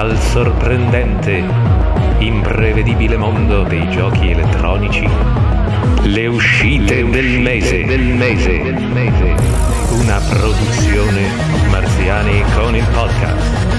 Dal sorprendente, imprevedibile mondo dei giochi elettronici, le uscite del mese. Una produzione Marziani con il podcast.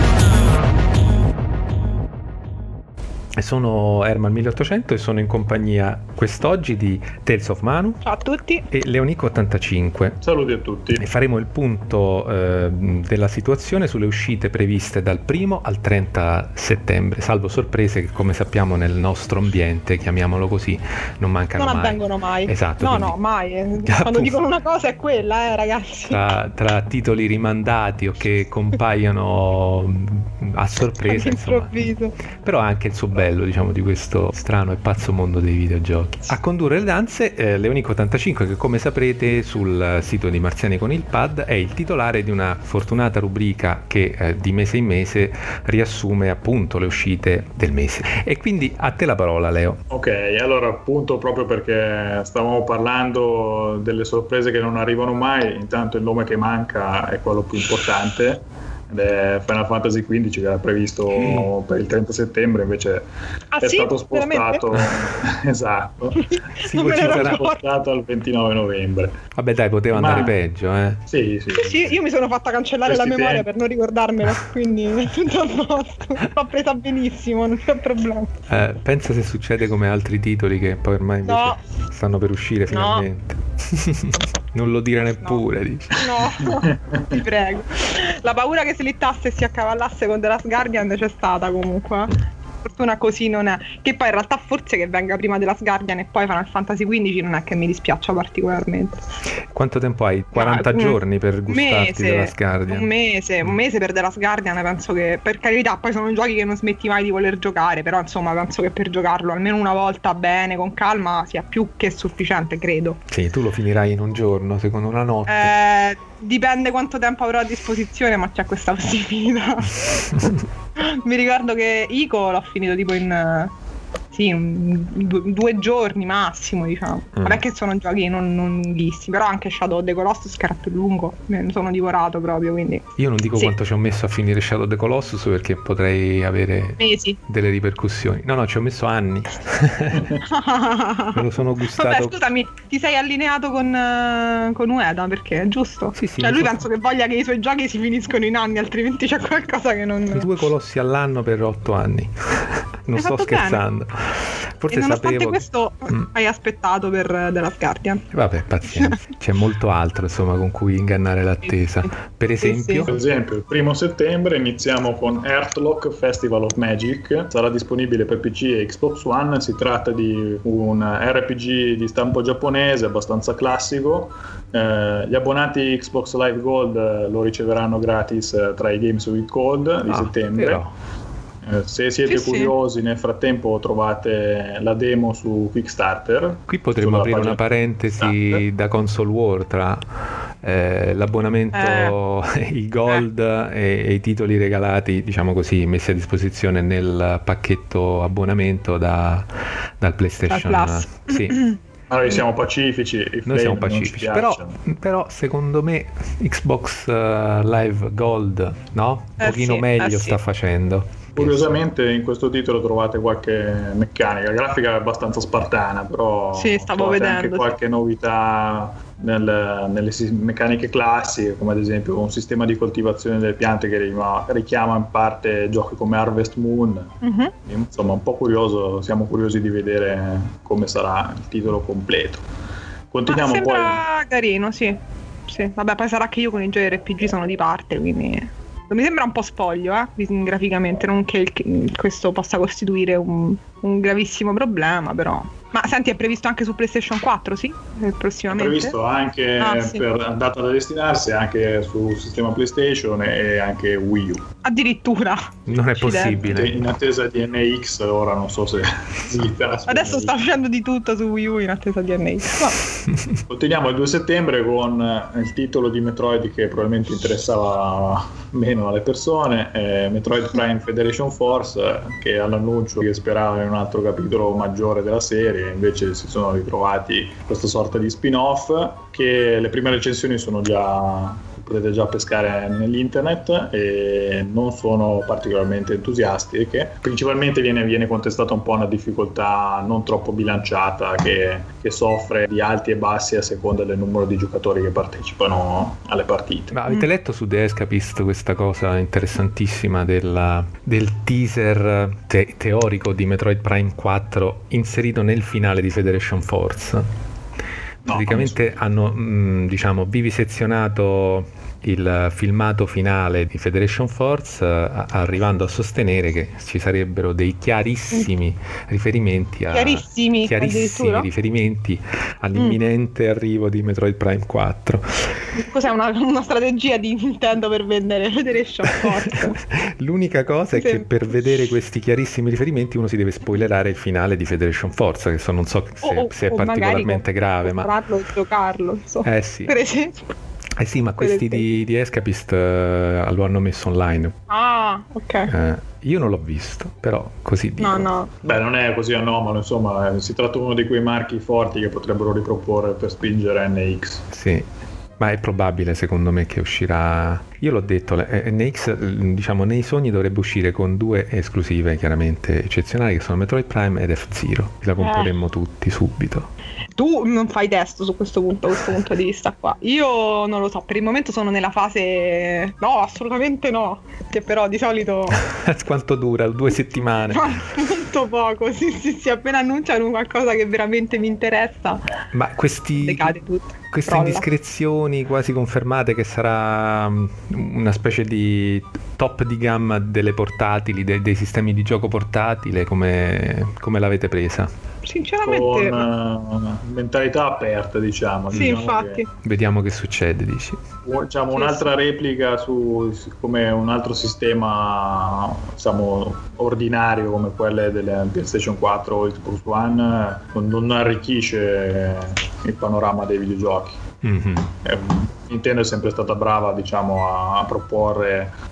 Sono Herman 1800 e sono in compagnia quest'oggi di Tales of Manu. Ciao a tutti. E Leonico 85. Saluti a tutti. E faremo il punto della situazione sulle uscite previste dal 1 al 30 settembre, salvo sorprese che, come sappiamo, nel nostro ambiente, chiamiamolo così, non mancano mai. Non avvengono mai. Esatto. No, mai. Quando dicono una cosa è quella, ragazzi. Tra titoli rimandati o che compaiono a sorpresa, insomma. Però anche il suo bello, diciamo, di questo strano e pazzo mondo dei videogiochi. A condurre le danze Leonico 85, che come saprete sul sito di Marziani con il Pad è il titolare di una fortunata rubrica che di mese in mese riassume appunto le uscite del mese. E quindi a te la parola, Leo. Ok, allora appunto, proprio perché stavamo parlando delle sorprese che non arrivano mai, intanto il nome che manca è quello più importante, ed è Final Fantasy XV, che era previsto per il 30 settembre, invece è stato spostato. Esatto, spostato al 29 novembre. Vabbè dai, poteva andare peggio, Sì, io mi sono fatta cancellare la memoria per non ricordarmela, quindi è tutto a posto. L'ho presa benissimo, non c'è problema. Pensa se succede come altri titoli che poi ormai invece stanno per uscire finalmente. Non lo dire neppure, dici. No, ti prego. La paura che slittasse e si accavallasse con The Last Guardian c'è stata comunque. Fortuna così non è. Che poi in realtà forse che venga prima The Last Guardian e poi Final Fantasy XV non è che mi dispiaccia particolarmente. Quanto tempo hai? 40 giorni per gustarti The Last Guardian? Un mese per The Last Guardian. Penso che, per carità, poi sono giochi che non smetti mai di voler giocare, però insomma penso che per giocarlo almeno una volta bene, con calma, sia più che sufficiente, credo. Sì, tu lo finirai in un giorno, secondo una notte. Dipende quanto tempo avrò a disposizione, ma c'è questa possibilità. Mi ricordo che Ico l'ho finito tipo in 2 giorni massimo, diciamo. Vabbè che sono giochi non lunghissimi, però anche Shadow of the Colossus, che era più lungo, me ne sono divorato proprio, quindi io non dico quanto ci ho messo a finire Shadow of the Colossus, perché potrei avere delle ripercussioni. No, ci ho messo anni. Me lo sono gustato. Vabbè, scusami, ti sei allineato con Ueda, perché è giusto? Sì, cioè lui penso che voglia che i suoi giochi si finiscono in anni, altrimenti c'è qualcosa che non... 2 colossi all'anno per 8 anni. Non sto scherzando. Bene. Forse e nonostante sapevo questo hai aspettato per The Last Guardian. Vabbè, pazienza. C'è molto altro, insomma, con cui ingannare l'attesa. Per esempio? Per esempio, il 1 settembre iniziamo con Earthlock Festival of Magic. Sarà disponibile per PC e Xbox One. Si tratta di un RPG di stampo giapponese abbastanza classico. Gli abbonati Xbox Live Gold lo riceveranno gratis tra i Games with Gold di settembre. Però. Se siete curiosi, nel frattempo trovate la demo su Kickstarter. Qui potremmo aprire una parentesi da Console War tra l'abbonamento, il Gold e i titoli regalati, diciamo così, messi a disposizione nel pacchetto abbonamento dal PlayStation. Sì. Noi siamo pacifici, però secondo me Xbox Live Gold un pochino meglio sta facendo. Curiosamente in questo titolo trovate qualche meccanica, la grafica è abbastanza spartana, però stavo vedendo anche qualche novità nelle meccaniche classiche, come ad esempio un sistema di coltivazione delle piante che richiama in parte giochi come Harvest Moon. Insomma, un po' curioso, siamo curiosi di vedere come sarà il titolo completo. Continuiamo. Sembra carino, sì. Vabbè, poi sarà che io con i giochi RPG sono di parte, quindi mi sembra un po' spoglio graficamente, non che questo possa costituire un gravissimo problema, però. Ma senti, è previsto anche su PlayStation 4, sì? Prossimamente? È previsto anche per data da destinarsi anche sul sistema PlayStation e anche Wii U. Addirittura. Non è possibile. In attesa di NX, ora non so se slitterà. Adesso sta facendo di tutto su Wii U in attesa di NX. Continuiamo il 2 settembre con il titolo di Metroid che probabilmente interessava meno alle persone, Metroid Prime Federation Force, che all'annuncio che sperava in un altro capitolo maggiore della serie, invece si sono ritrovati questa sorta di spin-off, che le prime recensioni sono già potete già pescare nell'internet, e non sono particolarmente entusiastiche. Principalmente viene contestata un po' una difficoltà non troppo bilanciata che soffre di alti e bassi a seconda del numero di giocatori che partecipano alle partite. Ma avete letto su The Escapist questa cosa interessantissima del teaser teorico di Metroid Prime 4 inserito nel finale di Federation Force? Praticamente hanno vivisezionato il filmato finale di Federation Force, arrivando a sostenere che ci sarebbero dei chiarissimi riferimenti riferimenti all'imminente arrivo di Metroid Prime 4. Cos'è una strategia di Nintendo per vendere Federation Force? L'unica cosa è che per vedere questi chiarissimi riferimenti uno si deve spoilerare il finale di Federation Force, che non so se è particolarmente grave, ma giocarlo, sì. Per esempio. Sì, ma questi di Escapist lo hanno messo online. Ah, ok. Io non l'ho visto, però così dico. No. Beh, non è così anomalo, insomma, si tratta di uno di quei marchi forti che potrebbero riproporre per spingere NX. Sì, ma è probabile secondo me che uscirà. Io l'ho detto, NX diciamo nei sogni dovrebbe uscire con 2 esclusive chiaramente eccezionali, che sono Metroid Prime ed F-Zero. La compreremmo tutti subito. Tu non fai testo su questo punto di vista qua. Io non lo so, per il momento sono nella fase no, assolutamente no, che però di solito quanto dura? 2 settimane? Molto poco, sì, appena annunciano qualcosa che veramente mi interessa, ma decade tutto. Queste indiscrezioni quasi confermate che sarà una specie di top di gamma delle portatili, dei sistemi di gioco portatile, come l'avete presa? Sinceramente con mentalità aperta, diciamo. Sì, infatti. Vediamo che succede, dici. Diciamo un'altra replica come un altro sistema, diciamo, ordinario come quelle delle PlayStation 4 o Xbox One, non arricchisce il panorama dei videogiochi. Mm-hmm. Nintendo è sempre stata brava, diciamo, a proporre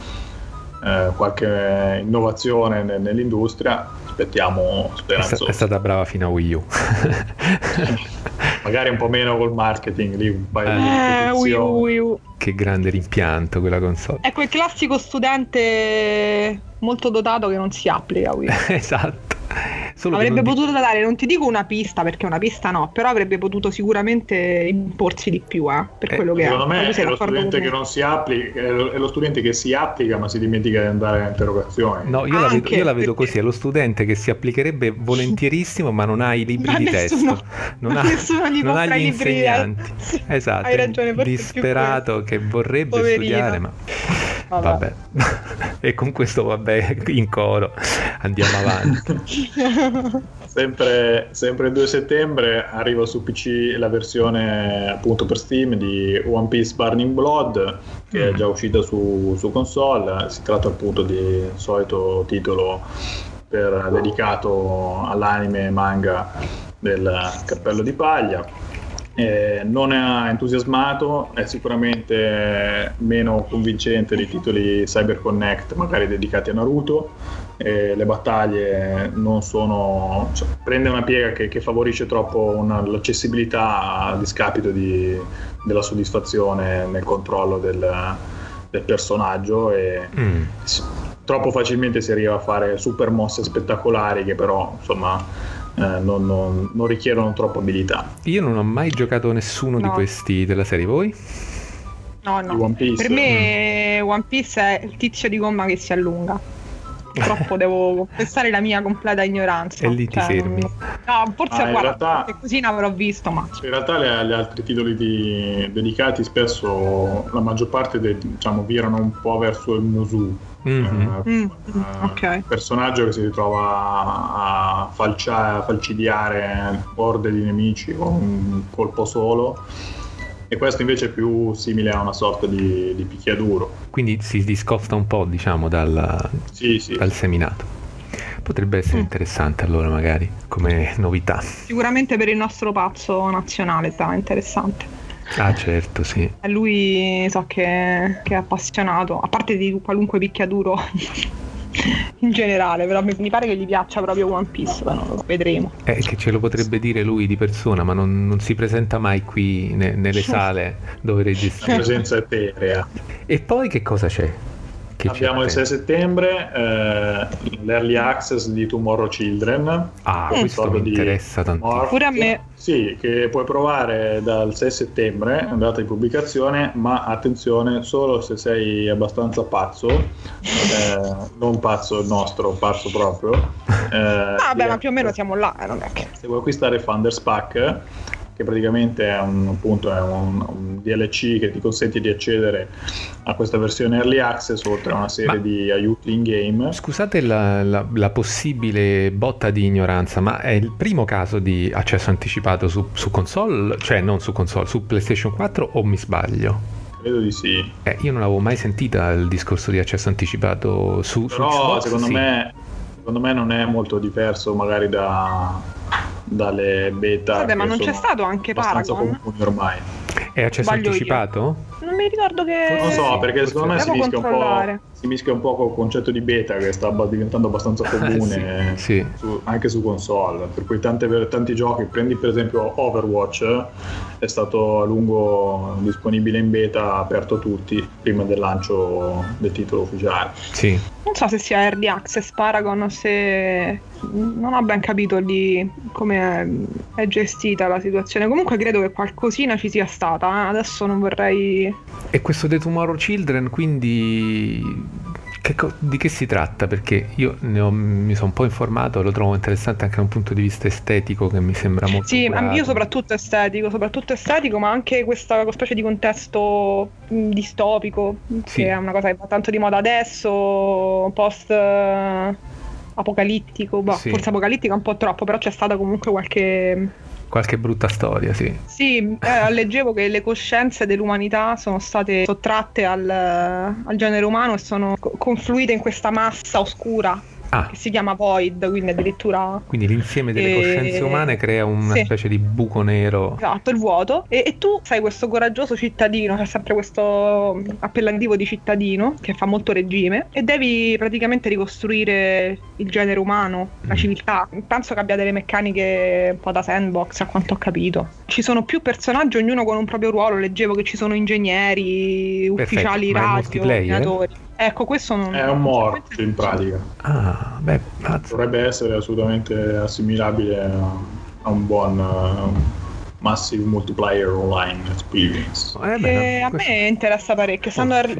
qualche innovazione nell'industria. Aspettiamo speranzoso. È stata brava fino a Wii U. Magari un po' meno col marketing lì, un paio di Wii U. Che grande rimpianto quella console. È quel classico studente molto dotato che non si applica Wii U. Esatto. Avrebbe potuto dare, non ti dico una pista, perché una pista no, però avrebbe potuto sicuramente imporsi di più, per quello che secondo me è lo studente che non si applica, è lo studente che si applica ma si dimentica di andare a interrogazioni. No, io la vedo così, è lo studente che si applicherebbe volentierissimo ma non ha i libri di testo, non ha gli insegnanti. Esatto, hai ragione, disperato che vorrebbe studiare, ma vabbè. E con questo in coro andiamo avanti. Sempre il 2 settembre arriva su PC la versione appunto per Steam di One Piece Burning Blood, che è già uscita su console. Si tratta appunto di solito titolo dedicato all'anime e manga del Cappello di Paglia. Non ha entusiasmato, è sicuramente meno convincente dei titoli CyberConnect magari dedicati a Naruto. Le battaglie non sono, prende una piega che favorisce troppo l'accessibilità a discapito della soddisfazione nel controllo del personaggio, e troppo facilmente si arriva a fare super mosse spettacolari che però insomma non richiedono troppa abilità. Io non ho mai giocato nessuno di questi della serie, voi? No. One Piece. Per me One Piece è il tizio di gomma che si allunga. Purtroppo devo confessare la mia completa ignoranza. E lì ti fermi. No, forse qualche cosina avrò visto, ma in realtà gli altri titoli dedicati spesso la maggior parte diciamo virano un po' verso il Musou. Personaggio che si ritrova a falcidiare orde di nemici con un colpo solo, e questo invece è più simile a una sorta di picchiaduro, quindi si discosta un po', diciamo, dal seminato. Potrebbe essere interessante allora, magari come novità. Sicuramente per il nostro pazzo nazionale sarà interessante. Ah, certo, sì. Lui so che è appassionato, a parte di qualunque picchiaduro in generale, però mi pare che gli piaccia proprio One Piece, però vedremo. Che ce lo potrebbe dire lui di persona, ma non si presenta mai qui nelle sale dove registra. La presenza eterea. E poi che cosa c'è? Abbiamo il 6 settembre l'Early Access di Tomorrow Children. Questo mi interessa tantissimo. Pure a me. Sì, che puoi provare dal 6 settembre, data di pubblicazione, ma attenzione, solo se sei abbastanza pazzo, non pazzo il nostro, pazzo proprio. Ma più o meno siamo là, non è che... Se vuoi acquistare Founders Pack, che praticamente è un DLC che ti consente di accedere a questa versione Early Access oltre a una serie di aiuti in game. Scusate la possibile botta di ignoranza, ma è il primo caso di accesso anticipato su console? Cioè non su console, su PlayStation 4 o mi sbaglio? Credo di sì. Io non avevo mai sentita il discorso di accesso anticipato su Xbox, secondo me non è molto diverso magari dalle beta. Vabbè, ma non c'è stato anche Paragon? Ormai. È accesso anticipato? Non mi ricordo che... Non so, perché secondo me si mischia un po' col concetto di beta che sta diventando abbastanza comune anche su console, per cui tanti giochi, prendi per esempio Overwatch, è stato a lungo disponibile in beta, aperto a tutti prima del lancio del titolo ufficiale. Sì. Non so se sia Early Access Paragon o se... non ho ben capito lì come è gestita la situazione. Comunque credo che qualcosina ci sia stata, adesso non vorrei... E questo The Tomorrow Children, quindi di che si tratta? Perché io mi sono un po' informato, lo trovo interessante anche da un punto di vista estetico, che mi sembra molto bravo. Io soprattutto estetico, ma anche questa specie di contesto distopico, che è una cosa che va tanto di moda adesso, post apocalittico, forse apocalittico è un po' troppo, però c'è stata comunque qualche brutta storia, sì. Sì, leggevo che le coscienze dell'umanità sono state sottratte al genere umano e sono confluite in questa massa oscura che si chiama Void, quindi addirittura... Quindi l'insieme delle coscienze umane crea una specie di buco nero. Esatto, il vuoto. E tu sei questo coraggioso cittadino, c'è sempre questo appellativo di cittadino, che fa molto regime, e devi praticamente ricostruire il genere umano, la civiltà. Penso che abbia delle meccaniche un po' da sandbox, a quanto ho capito. Ci sono più personaggi, ognuno con un proprio ruolo. Leggevo che ci sono ingegneri, ufficiali radio, minatori. Ecco, questo non è un morph in pratica. Dovrebbe essere assolutamente assimilabile a un buon massive multiplayer online experience. A me interessa parecchio.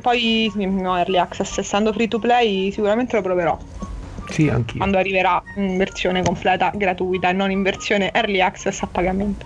Early access, essendo free to play, sicuramente lo proverò. Sì, anch'io. Quando arriverà in versione completa gratuita e non in versione early access a pagamento.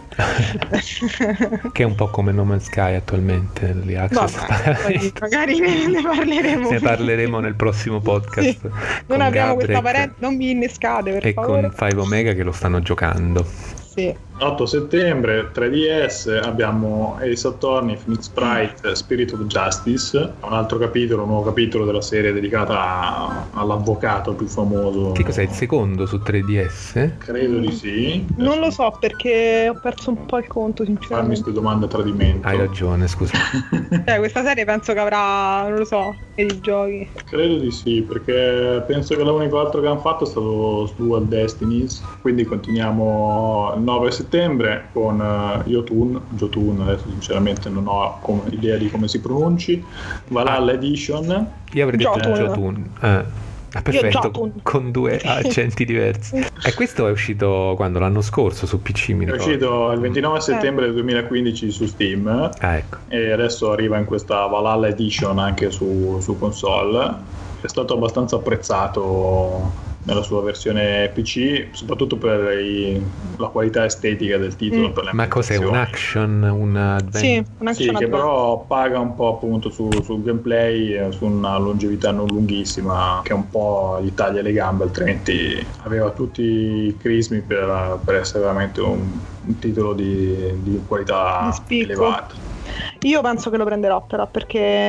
Che è un po' come No Man's Sky attualmente, early access. Poi magari ne parleremo. Ne parleremo nel prossimo podcast. Sì. Non abbiamo questa parente, non mi innescate per favore. E con 5 Omega che lo stanno giocando. Sì. 8 settembre 3DS abbiamo Ace Attorney, Phoenix Sprite, Spirit of Justice, un altro capitolo, un nuovo capitolo della serie dedicata all'avvocato più famoso. Che cos'è, il secondo su 3DS? Credo di sì. Non lo so perché ho perso un po' il conto, sinceramente. Fammi queste domande a tradimento. Hai ragione, scusa. Questa serie penso che avrà, non lo so, i giochi. Credo di sì, perché penso che l'unico altro che hanno fatto è stato Dual Destinies, quindi continuiamo il 9 settembre con Jotun, adesso sinceramente non ho idea di come si pronunci, Valhalla Edition. Io avrei detto Jotun. Perfetto, con due accenti diversi. E questo è uscito quando? L'anno scorso su PC, mi ricordo. È uscito il 29 settembre del 2015 su Steam. Ecco. E adesso arriva in questa Valhalla Edition anche su console. È stato abbastanza apprezzato nella sua versione PC, soprattutto per la qualità estetica del titolo. Per ma cos'è? Un action? Un adventure? Sì, un action che però paga un po' appunto sul gameplay, su una longevità non lunghissima che un po' gli taglia le gambe, altrimenti aveva tutti i crismi per essere veramente un titolo di qualità elevata. Io penso che lo prenderò però, perché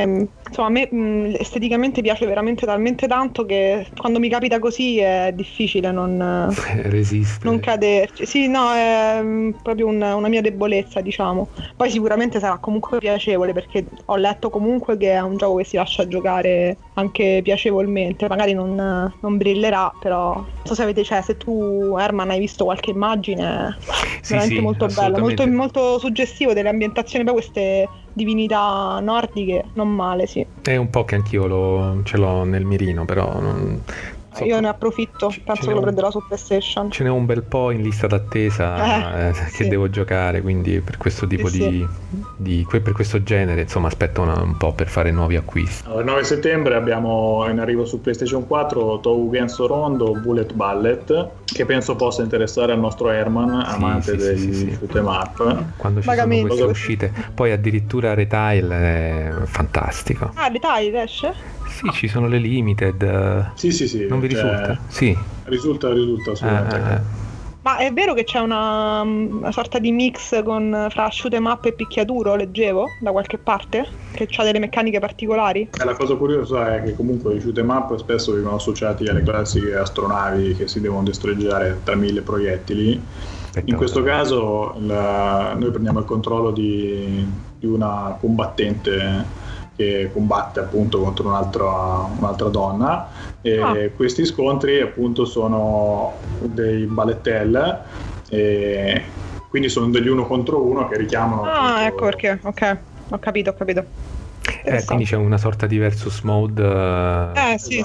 insomma, a me esteticamente piace veramente talmente tanto che quando mi capita così è difficile non resistere, non caderci. Sì, no, è proprio una mia debolezza, diciamo. Poi sicuramente sarà comunque piacevole, perché ho letto comunque che è un gioco che si lascia giocare anche piacevolmente. Magari non brillerà, però non so se avete, cioè, se tu, Herman, hai visto qualche immagine, veramente molto bello, molto, molto suggestivo delle ambientazioni, poi queste divinità nordiche, non male, sì. È un po' che anch'io ce l'ho nel mirino, però io ne approfitto, penso che lo prenderò su PlayStation. Ce n'è un bel po' in lista d'attesa che sì. devo giocare, quindi per questo tipo per questo genere, insomma, aspetto un po' per fare nuovi acquisti. Allora, il 9 settembre abbiamo in arrivo su PlayStation 4 Touhou Genso Rondo Bullet Ballet, che penso possa interessare al nostro Herman, amante degli shoot 'em up. Quando ci sono queste uscite, poi addirittura Retail è fantastico. Ah, Retail esce? Sì, ci sono le limited. Sì. Non vi risulta? Sì. Risulta assolutamente. Ma è vero che c'è una sorta di mix fra shoot 'em up e picchiaduro, leggevo, da qualche parte? Che ha delle meccaniche particolari? La cosa curiosa è che comunque i shoot 'em up spesso vengono associati alle classiche astronavi che si devono destreggiare tra 1000 proiettili. In questo caso noi prendiamo il controllo di una combattente che combatte appunto contro un'altra donna, e questi scontri appunto sono dei ballettelle, e quindi sono degli uno contro uno che richiamano ecco perché, ok, ho capito. Quindi c'è una sorta di versus mode. Sì.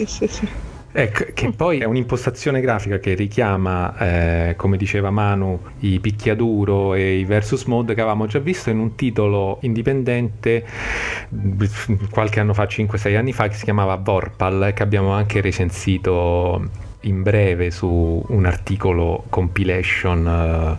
Che poi è un'impostazione grafica che richiama, come diceva Manu, i picchiaduro e i versus mode che avevamo già visto in un titolo indipendente qualche anno fa, 5-6 anni fa, che si chiamava Vorpal, che abbiamo anche recensito in breve su un articolo compilation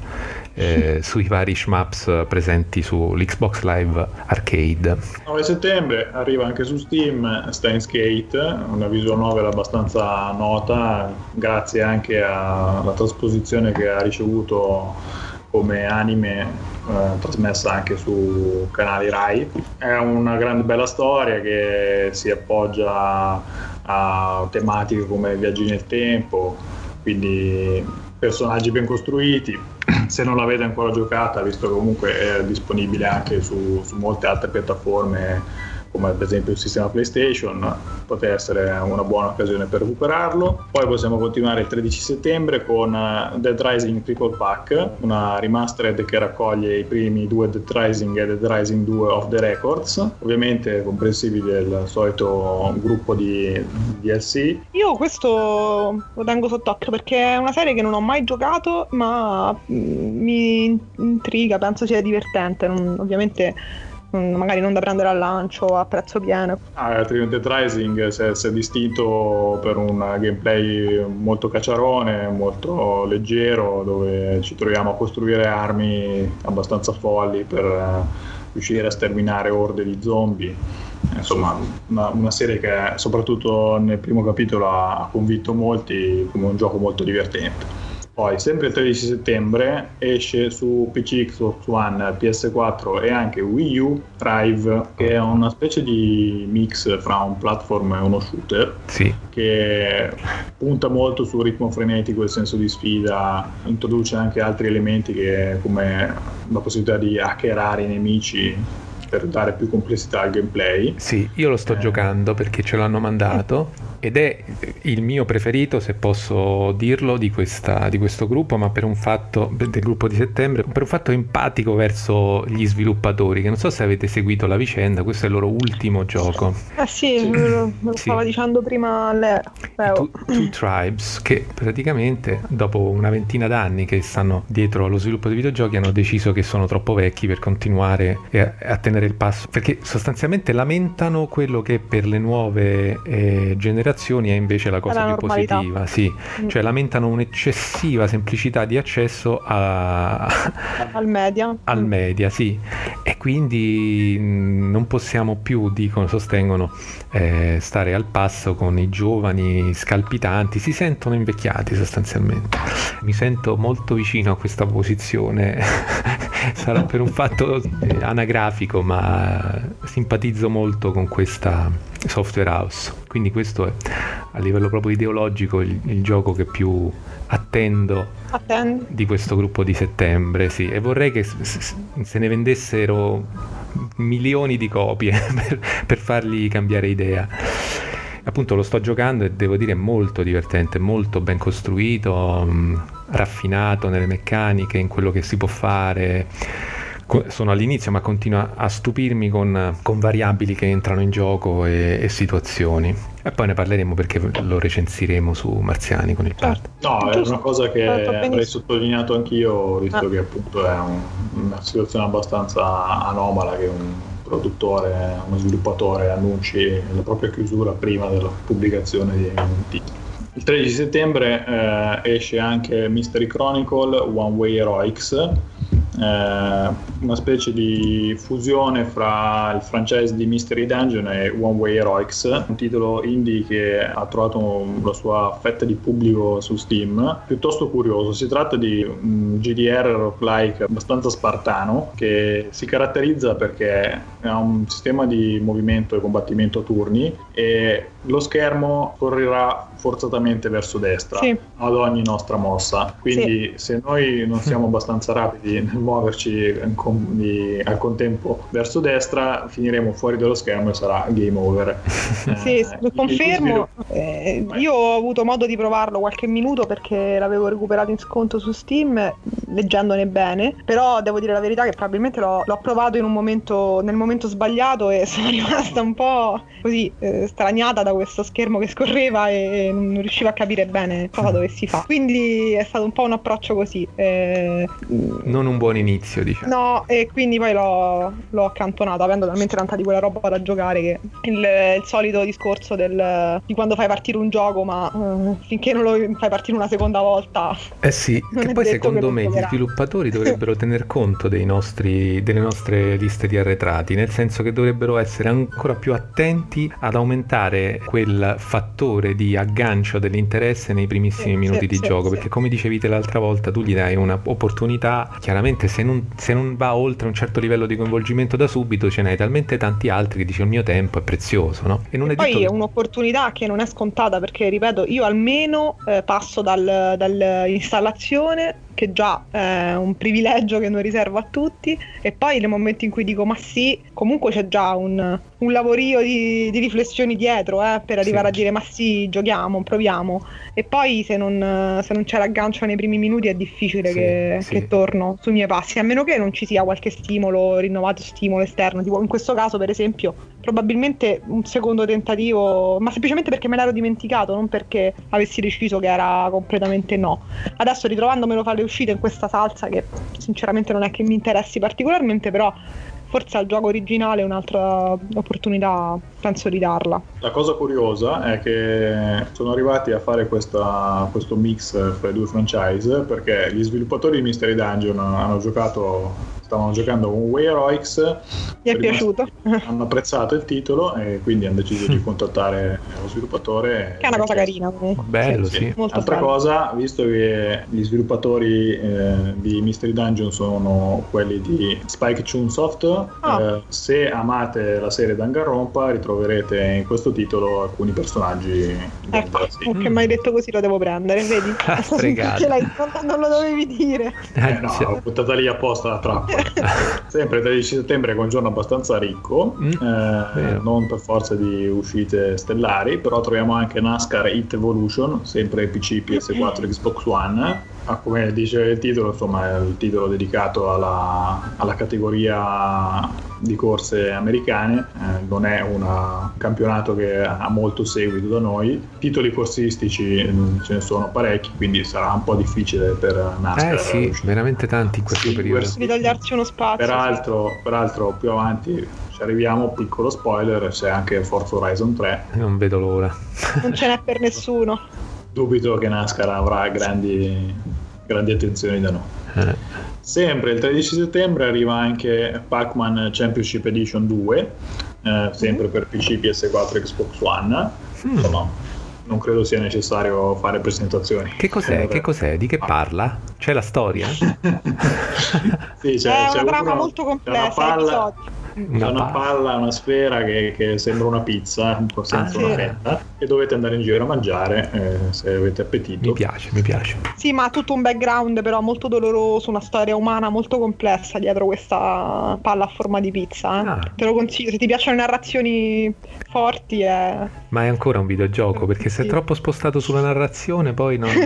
sui vari shmups presenti sull'Xbox Live Arcade. 9 settembre arriva anche su Steam Steins Gate, una visual novel abbastanza nota grazie anche alla trasposizione che ha ricevuto come anime, trasmessa anche su canali Rai. È una grande bella storia che si appoggia a tematiche come viaggi nel tempo, quindi personaggi ben costruiti. Se non l'avete ancora giocata, visto che comunque è disponibile anche su molte altre piattaforme come per esempio il sistema PlayStation, potrebbe essere una buona occasione per recuperarlo. Poi possiamo continuare il 13 settembre con Dead Rising Triple Pack, una remastered che raccoglie i primi 2 Dead Rising e Dead Rising 2 Off the Records, ovviamente comprensivi del solito gruppo di DLC. Io questo lo tengo sott'occhio perché è una serie che non ho mai giocato, ma mi intriga, penso sia divertente, ovviamente magari non da prendere al lancio a prezzo pieno. Dead Rising si è distinto per un gameplay molto cacciarone, molto leggero, dove ci troviamo a costruire armi abbastanza folli per riuscire a sterminare orde di zombie. Insomma, una serie che soprattutto nel primo capitolo ha convinto molti come un gioco molto divertente. Poi sempre il 13 settembre esce su PC, Xbox One, PS4 e anche Wii U Drive, che è una specie di mix fra un platform e uno shooter, che punta molto sul ritmo frenetico e il senso di sfida, introduce anche altri elementi come la possibilità di hackerare i nemici per dare più complessità al gameplay. Sì, io lo sto giocando perché ce l'hanno mandato ed è il mio preferito, se posso dirlo, di questo gruppo, ma per un fatto del gruppo di settembre, per un fatto empatico verso gli sviluppatori, che non so se avete seguito la vicenda, questo è il loro ultimo gioco. Sì. Me lo stava dicendo prima Leo. Two Tribes, che praticamente dopo una ventina d'anni che stanno dietro allo sviluppo di videogiochi hanno deciso che sono troppo vecchi per continuare a tenere il passo, perché sostanzialmente lamentano quello che per le nuove generazioni limitazioni è invece la cosa più positiva, sì. Cioè lamentano un'eccessiva semplicità di accesso al media, sì, e quindi non possiamo più, sostengono, stare al passo con i giovani scalpitanti, si sentono invecchiati sostanzialmente. Mi sento molto vicino a questa posizione, sarà per un fatto anagrafico, ma simpatizzo molto con questa software house, quindi questo è a livello proprio ideologico il gioco che più attendo di questo gruppo di settembre, sì, e vorrei che se ne vendessero milioni di copie per fargli cambiare idea. Appunto lo sto giocando e devo dire è molto divertente, molto ben costruito, raffinato nelle meccaniche, in quello che si può fare. Sono all'inizio, ma continua a stupirmi con variabili che entrano in gioco e situazioni. E poi ne parleremo perché lo recensiremo su Marziani con il party. No, è una cosa che avrei sottolineato anch'io, visto che appunto è una situazione abbastanza anomala che un produttore, uno sviluppatore annunci la propria chiusura prima della pubblicazione di un titolo. Il 13 settembre esce anche Mystery Chronicle One Way Heroics, una specie di fusione fra il franchise di Mystery Dungeon e One Way Heroics, un titolo indie che ha trovato la sua fetta di pubblico su Steam, piuttosto curioso. Si tratta di un GDR roguelike abbastanza spartano che si caratterizza perché ha un sistema di movimento e combattimento a turni e lo schermo correrà forzatamente verso destra ad ogni nostra mossa, quindi se noi non siamo abbastanza rapidi nel muoverci al contempo verso destra, finiremo fuori dallo schermo e sarà game over. Sì, lo confermo. Io ho avuto modo di provarlo qualche minuto perché l'avevo recuperato in sconto su Steam leggendone bene, però devo dire la verità che probabilmente l'ho provato nel momento sbagliato e sono rimasta un po' così straniata da questo schermo che scorreva e non riuscivo a capire bene cosa dovessi fare, quindi è stato un po' un approccio così, non un buon inizio, diciamo. No, e quindi poi l'ho accantonato, avendo talmente tanta di quella roba da giocare che il solito discorso di quando fai partire un gioco ma finché non lo fai partire una seconda volta sì, che poi secondo me gli sviluppatori dovrebbero tener conto delle nostre liste di arretrati, nel senso che dovrebbero essere ancora più attenti ad aumentare quel fattore di aggancio dell'interesse nei primissimi minuti di gioco, perché come dicevi te l'altra volta, tu gli dai un'opportunità, chiaramente se non va oltre un certo livello di coinvolgimento da subito ce n'hai talmente tanti altri che dici il mio tempo è prezioso, no? E non è poi detto è un'opportunità che non è scontata, perché ripeto, io almeno passo dall'installazione, che già è un privilegio che non riservo a tutti, e poi nel momento in cui dico ma sì, comunque c'è già un lavorio di riflessioni dietro per arrivare a dire ma sì, giochiamo, proviamo, e poi se non c'è l'aggancio nei primi minuti è difficile che torno sui miei passi, a meno che non ci sia qualche rinnovato stimolo esterno, tipo in questo caso per esempio probabilmente un secondo tentativo, ma semplicemente perché me l'ero dimenticato, non perché avessi deciso che era completamente no. Adesso ritrovandomelo fa le uscite in questa salsa, che sinceramente non è che mi interessi particolarmente, però forse al gioco originale un'altra opportunità penso di darla. La cosa curiosa è che sono arrivati a fare questo mix fra i due franchise perché gli sviluppatori di Mystery Dungeon stavano giocando One Way Heroics, mi è piaciuto, hanno apprezzato il titolo e quindi hanno deciso di contattare lo sviluppatore, che è una cosa carina comunque. Bello, sì. Altra cosa, visto che gli sviluppatori di Mystery Dungeon sono quelli di Spike Chunsoft, se amate la serie Danganronpa ritroverete in questo titolo alcuni personaggi che mi hai detto così lo devo prendere, vedi? Non lo dovevi dire. No, l'ho buttata lì apposta la trappola. Sempre 13 settembre, con un giorno abbastanza ricco, non per forza di uscite stellari, però troviamo anche NASCAR Heat Evolution, sempre PC, PS4, Xbox One. Come dice il titolo, insomma è il titolo dedicato alla categoria di corse americane, non è un campionato che ha molto seguito da noi. Titoli corsistici ce ne sono parecchi, quindi sarà un po' difficile per NASCAR. Sì, veramente tanti in questo periodo. Di tagliarci uno spazio. Peraltro più avanti ci arriviamo, piccolo spoiler, c'è anche Forza Horizon 3. Non vedo l'ora. Non ce n'è per nessuno. Dubito che NASCAR avrà grandi attenzioni da noi. Sempre il 13 settembre arriva anche Pac-Man Championship Edition 2, sempre per PC, PS4 e Xbox One. Insomma, non credo sia necessario fare presentazioni. Che cos'è? Che cos'è? Di che parla? C'è la storia? Sì, c'è una trama molto complessa. C'è una palla, una sfera che sembra una pizza, un po' senza una fetta, e dovete andare in giro a mangiare se avete appetito. Mi piace. Sì, ma ha tutto un background però molto doloroso, una storia umana molto complessa dietro questa palla a forma di pizza. Te lo consiglio, se ti piacciono le narrazioni forti. Ma è ancora un videogioco, perché se è troppo spostato sulla narrazione poi non...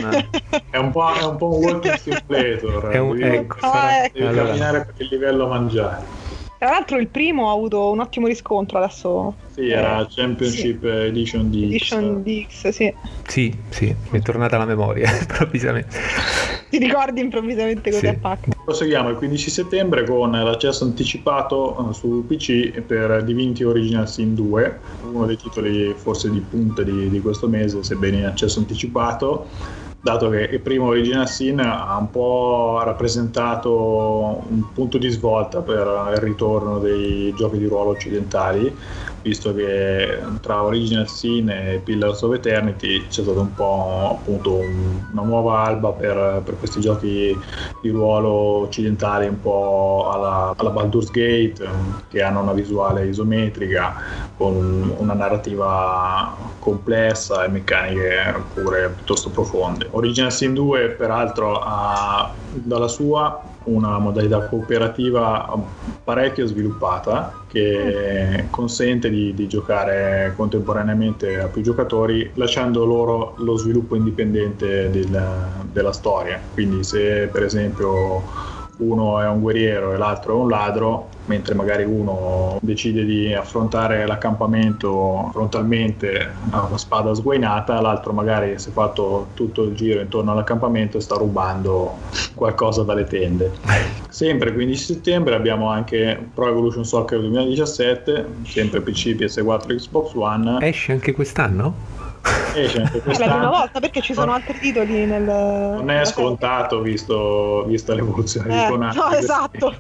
è un po' un walking simulator. Devi camminare per il livello a mangiare. Tra l'altro il primo ha avuto un ottimo riscontro adesso. Sì, era Championship Edition DX. Edition DX, sì. Sì, mi è tornata la memoria improvvisamente. Ti ricordi improvvisamente così attacca. Proseguiamo il 15 settembre con l'accesso anticipato su PC per Divinity Original Sin 2, uno dei titoli forse di punta di questo mese, sebbene in accesso anticipato, dato che il primo Original Sin ha un po' rappresentato un punto di svolta per il ritorno dei giochi di ruolo occidentali, visto che tra Original Sin e Pillars of Eternity c'è stata un po' appunto una nuova alba per questi giochi di ruolo occidentali, un po' alla Baldur's Gate, che hanno una visuale isometrica con una narrativa complessa e meccaniche pure piuttosto profonde. Original Sin 2 peraltro ha dalla sua una modalità cooperativa parecchio sviluppata che consente di giocare contemporaneamente a più giocatori, lasciando loro lo sviluppo indipendente della storia. Quindi se per esempio uno è un guerriero e l'altro è un ladro, mentre magari uno decide di affrontare l'accampamento frontalmente a spada sguainata, l'altro magari si è fatto tutto il giro intorno all'accampamento e sta rubando qualcosa dalle tende. Sempre il 15 settembre abbiamo anche Pro Evolution Soccer 2017, sempre PC, PS4 e Xbox One. Esce anche quest'anno? Esce anche quest'anno. È la prima volta, perché ci sono altri titoli non è scontato vista l'evoluzione di Konami. No, esatto.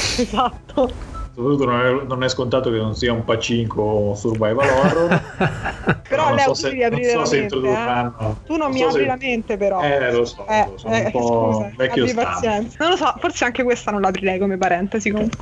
Soprattutto non è scontato che non sia un pacinco o un survival horror. Però Leo, tu devi aprire la mente. Introdurranno. Tu non mi apri la mente, però. Lo so, sono un po' scusa, vecchio abbi pazienza. Non lo so, forse anche questa non l'aprirei come parentesi comunque.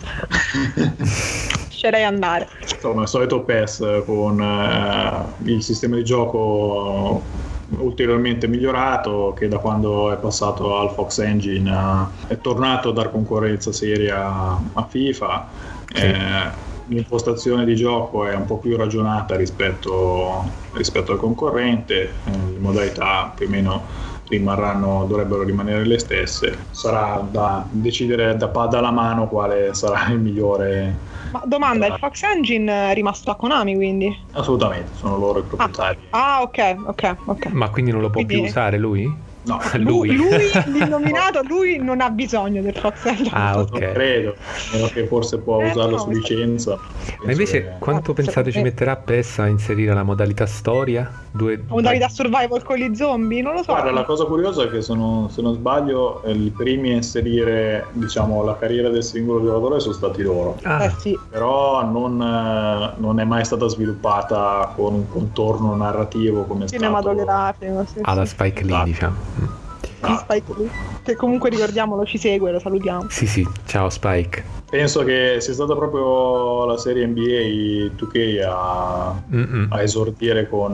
Lascerei andare. Insomma, il solito PES con il sistema di gioco ulteriormente migliorato, che da quando è passato al Fox Engine è tornato a dar concorrenza seria a FIFA. L'impostazione di gioco è un po' più ragionata rispetto al concorrente, le modalità più o meno dovrebbero rimanere le stesse. Sarà da decidere dalla mano quale sarà il migliore. Ma domanda, il Fox Engine è rimasto a Konami, quindi? Assolutamente, sono loro i proprietari. Ok. Ma quindi non lo può più usare lui? No, lui l'innominato, lui non ha bisogno del Fox Engine. Non credo, meno che forse può usarlo su licenza. Ma invece quanto pensate ci metterà PES a inserire la modalità storia? La modalità survival con gli zombie? Non lo so. Guarda, la cosa curiosa è che se non sbaglio i primi a inserire, diciamo, la carriera del singolo giocatore sono stati loro. Sì. Però non è mai stata sviluppata con un contorno narrativo come cinematografico, alla Spike Lee, diciamo. Spike Lee, che comunque ricordiamolo ci segue, lo salutiamo. Sì, ciao Spike. Penso che sia stata proprio la serie NBA 2K a esordire con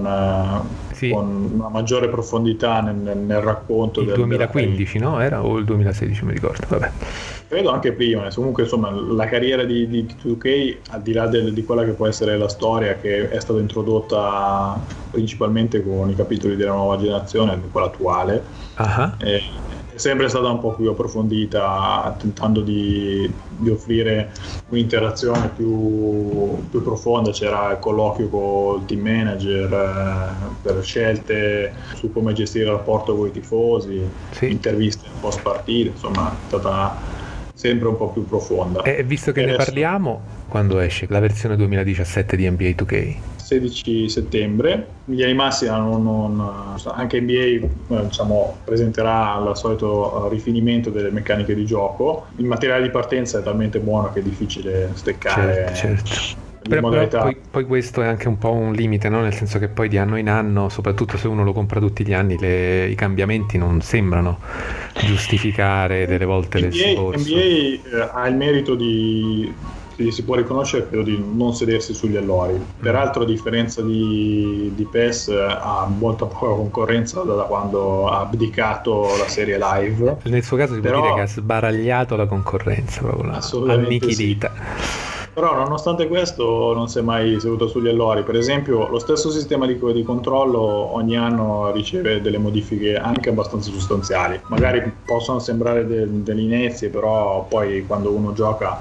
una maggiore profondità nel racconto del 2015, no? Era o il 2016, mi ricordo, vabbè. Credo anche prima. Comunque insomma la carriera di 2K, al di là di quella che può essere la storia, che è stata introdotta principalmente con i capitoli della nuova generazione, di quella attuale, è sempre stata un po' più approfondita, tentando di offrire un'interazione più profonda. C'era il colloquio col team manager per scelte su come gestire il rapporto con i tifosi, interviste post partita, insomma è stata sempre un po' più profonda. E visto che ne parliamo, quando esce la versione 2017 di NBA 2K? 16 settembre. In linea di massima anche NBA presenterà il solito rifinimento delle meccaniche di gioco. Il materiale di partenza è talmente buono che è difficile steccare. Certo. Però poi questo è anche un po' un limite, no? Nel senso che poi di anno in anno, soprattutto se uno lo compra tutti gli anni, i cambiamenti non sembrano giustificare delle volte l'esborso. NBA ha il merito si può riconoscere, credo, di non sedersi sugli allori. Peraltro, a differenza di PES, ha molta poca concorrenza da quando ha abdicato la serie live. Nel suo caso si può dire che ha sbaragliato la concorrenza, proprio annichilita. Sì. Però nonostante questo non si è mai seduto sugli allori. Per esempio, lo stesso sistema di controllo ogni anno riceve delle modifiche anche abbastanza sostanziali. Magari possono sembrare delle inezie, però poi quando uno gioca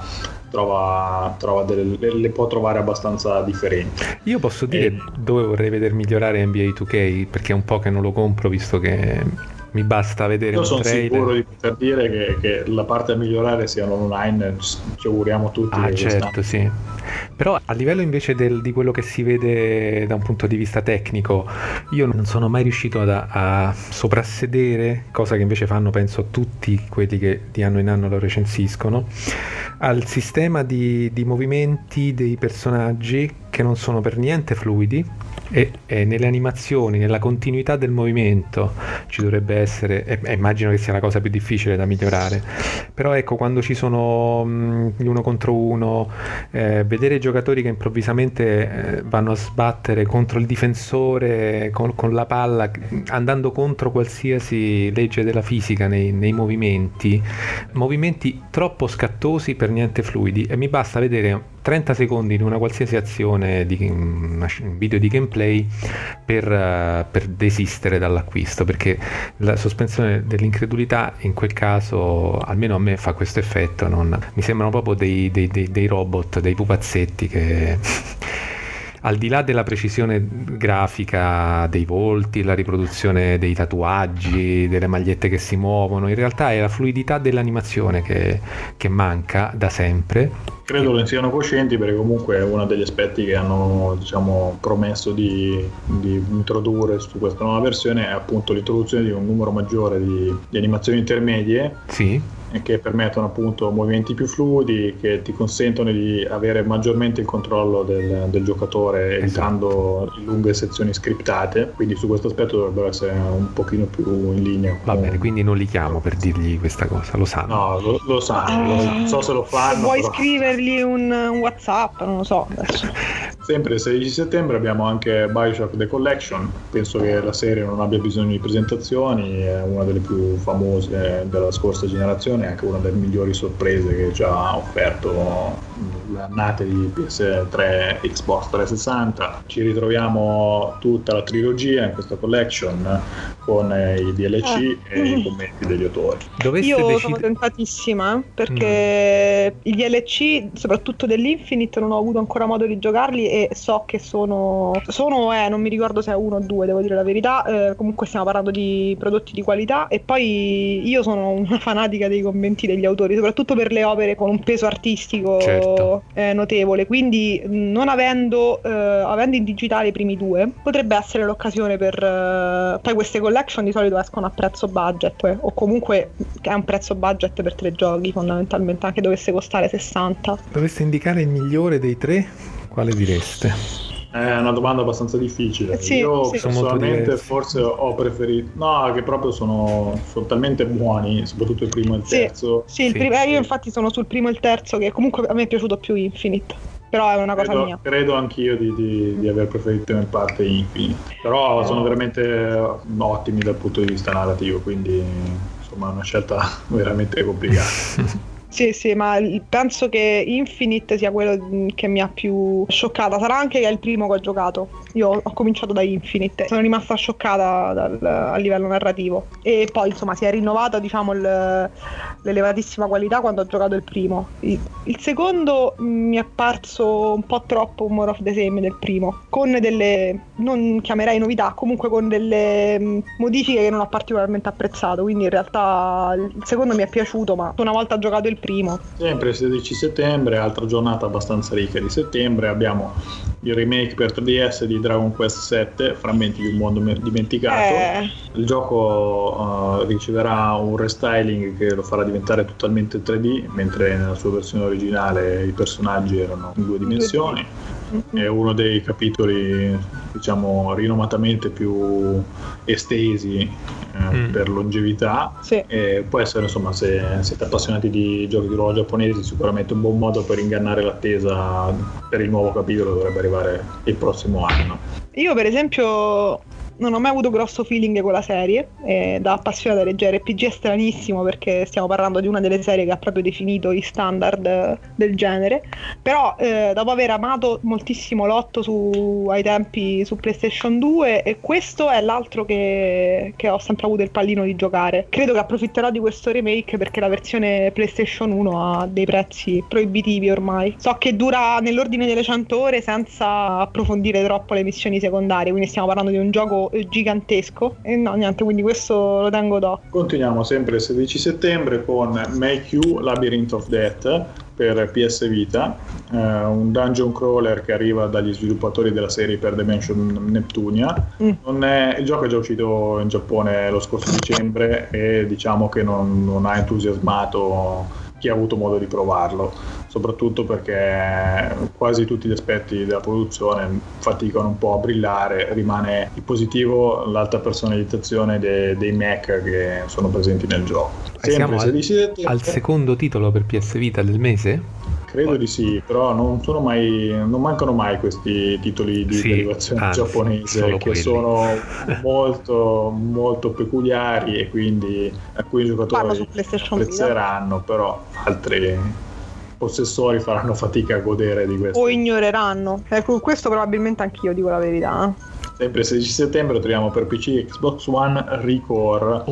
le può trovare abbastanza differenti. Io posso dire dove vorrei veder migliorare NBA 2K, perché è un po' che non lo compro, visto che mi basta vedere un trailer. Io sono sicuro di poter dire che la parte da migliorare sia l'online, ci auguriamo tutti. Certo, sì. Però a livello invece di quello che si vede da un punto di vista tecnico, io non sono mai riuscito a soprassedere, cosa che invece fanno penso tutti quelli che di anno in anno lo recensiscono, al sistema di movimenti dei personaggi che non sono per niente fluidi, e nelle animazioni, nella continuità del movimento ci dovrebbe essere, immagino che sia la cosa più difficile da migliorare, però ecco, quando ci sono gli uno contro uno, vedere i giocatori che improvvisamente vanno a sbattere contro il difensore con la palla, andando contro qualsiasi legge della fisica nei movimenti troppo scattosi, per niente fluidi, e mi basta vedere 30 secondi di una qualsiasi azione di un video di gameplay per desistere dall'acquisto, perché la sospensione dell'incredulità in quel caso, almeno a me, fa questo effetto. Mi sembrano proprio dei robot, dei pupazzetti che al di là della precisione grafica dei volti, la riproduzione dei tatuaggi, delle magliette che si muovono, in realtà è la fluidità dell'animazione che manca da sempre. Credo ne siano coscienti, perché comunque è uno degli aspetti che hanno promesso di introdurre su questa nuova versione, è appunto l'introduzione di un numero maggiore di animazioni intermedie. Sì. Che permettono appunto movimenti più fluidi, che ti consentono di avere maggiormente il controllo del giocatore, evitando lunghe sezioni scriptate. Quindi su questo aspetto dovrebbero essere un pochino più in linea. Va bene, quindi non li chiamo per dirgli questa cosa, lo sanno. No, lo sanno, non so se lo fanno. Vuoi scrivergli un WhatsApp? Non lo so adesso. Sempre il 16 settembre abbiamo anche BioShock The Collection. Penso che la serie non abbia bisogno di presentazioni, è una delle più famose della scorsa generazione, è anche una delle migliori sorprese che ci ha offerto l'annata di PS3 Xbox 360. Ci ritroviamo tutta la trilogia in questa collection con i DLC e i commenti degli autori. Io sono tentatissima perché i DLC, soprattutto dell'Infinite, non ho avuto ancora modo di giocarli e so che sono non mi ricordo se è 1 o 2, devo dire la verità. Comunque stiamo parlando di prodotti di qualità, e poi io sono una fanatica dei commenti degli autori, soprattutto per le opere con un peso artistico notevole, quindi non avendo in digitale i primi 2 potrebbe essere l'occasione per poi queste collection di solito escono a prezzo budget, o comunque è un prezzo budget per 3 giochi fondamentalmente, anche dovesse costare 60. Doveste indicare il migliore dei 3, quale direste? È una domanda abbastanza difficile. Io personalmente forse ho preferito, che proprio sono talmente buoni, soprattutto il primo e il terzo. Io infatti sono sul primo e il terzo, che comunque a me è piaciuto più Infinite, però è una cosa mia. Credo anch'io di aver preferito in parte Infinite, però sono veramente ottimi dal punto di vista narrativo, quindi insomma è una scelta veramente complicata. Sì, ma penso che Infinite sia quello che mi ha più scioccata. Sarà anche che è il primo che ho giocato. Io ho cominciato da Infinite, sono rimasta scioccata a livello narrativo, e poi insomma si è rinnovata l'elevatissima qualità quando ho giocato il primo. Il secondo mi è parso un po' troppo more of the same del primo, con delle, non chiamerei novità, comunque con delle modifiche che non ho particolarmente apprezzato. Quindi in realtà il secondo mi è piaciuto, ma una volta giocato il primo. Sempre il 16 settembre, altra giornata abbastanza ricca di settembre, abbiamo il remake per 3DS di Dragon Quest VII, Frammenti di un mondo dimenticato. Il gioco riceverà un restyling che lo farà diventare totalmente 3D, mentre nella sua versione originale i personaggi erano in 2 dimensioni. È uno dei capitoli, diciamo, rinomatamente più estesi per longevità. Sì. E può essere, insomma, se siete appassionati di giochi di ruolo giapponesi, sicuramente un buon modo per ingannare l'attesa per il nuovo capitolo che dovrebbe arrivare il prossimo anno. Io per esempio non ho mai avuto grosso feeling con la serie, da appassionata di JRPG è stranissimo perché stiamo parlando di una delle serie che ha proprio definito i standard del genere, però dopo aver amato moltissimo l'8 ai tempi su PlayStation 2, e questo è l'altro che ho sempre avuto il pallino di giocare. Credo che approfitterò di questo remake perché la versione PlayStation 1 ha dei prezzi proibitivi ormai. So che dura nell'ordine delle 100 ore senza approfondire troppo le missioni secondarie, quindi stiamo parlando di un gioco gigantesco e no, niente, quindi questo lo tengo d'occhio. Continuiamo sempre il 16 settembre con Make You Labyrinth of Death per PS Vita, un dungeon crawler che arriva dagli sviluppatori della serie per Dimension Neptunia. Il gioco è già uscito in Giappone lo scorso dicembre e diciamo che non ha entusiasmato chi ha avuto modo di provarlo, soprattutto perché quasi tutti gli aspetti della produzione faticano un po' a brillare. Rimane il positivo l'alta personalizzazione dei mech che sono presenti nel gioco. Siamo al secondo titolo per PS Vita del mese? Credo di sì, però non mancano mai questi titoli di derivazione giapponese che sono molto molto peculiari e quindi alcuni giocatori apprezzeranno, però altri possessori faranno fatica a godere di questo. O ignoreranno. Ecco, questo probabilmente anch'io dico la verità. Sempre il 16 settembre troviamo per PC e Xbox One Recore,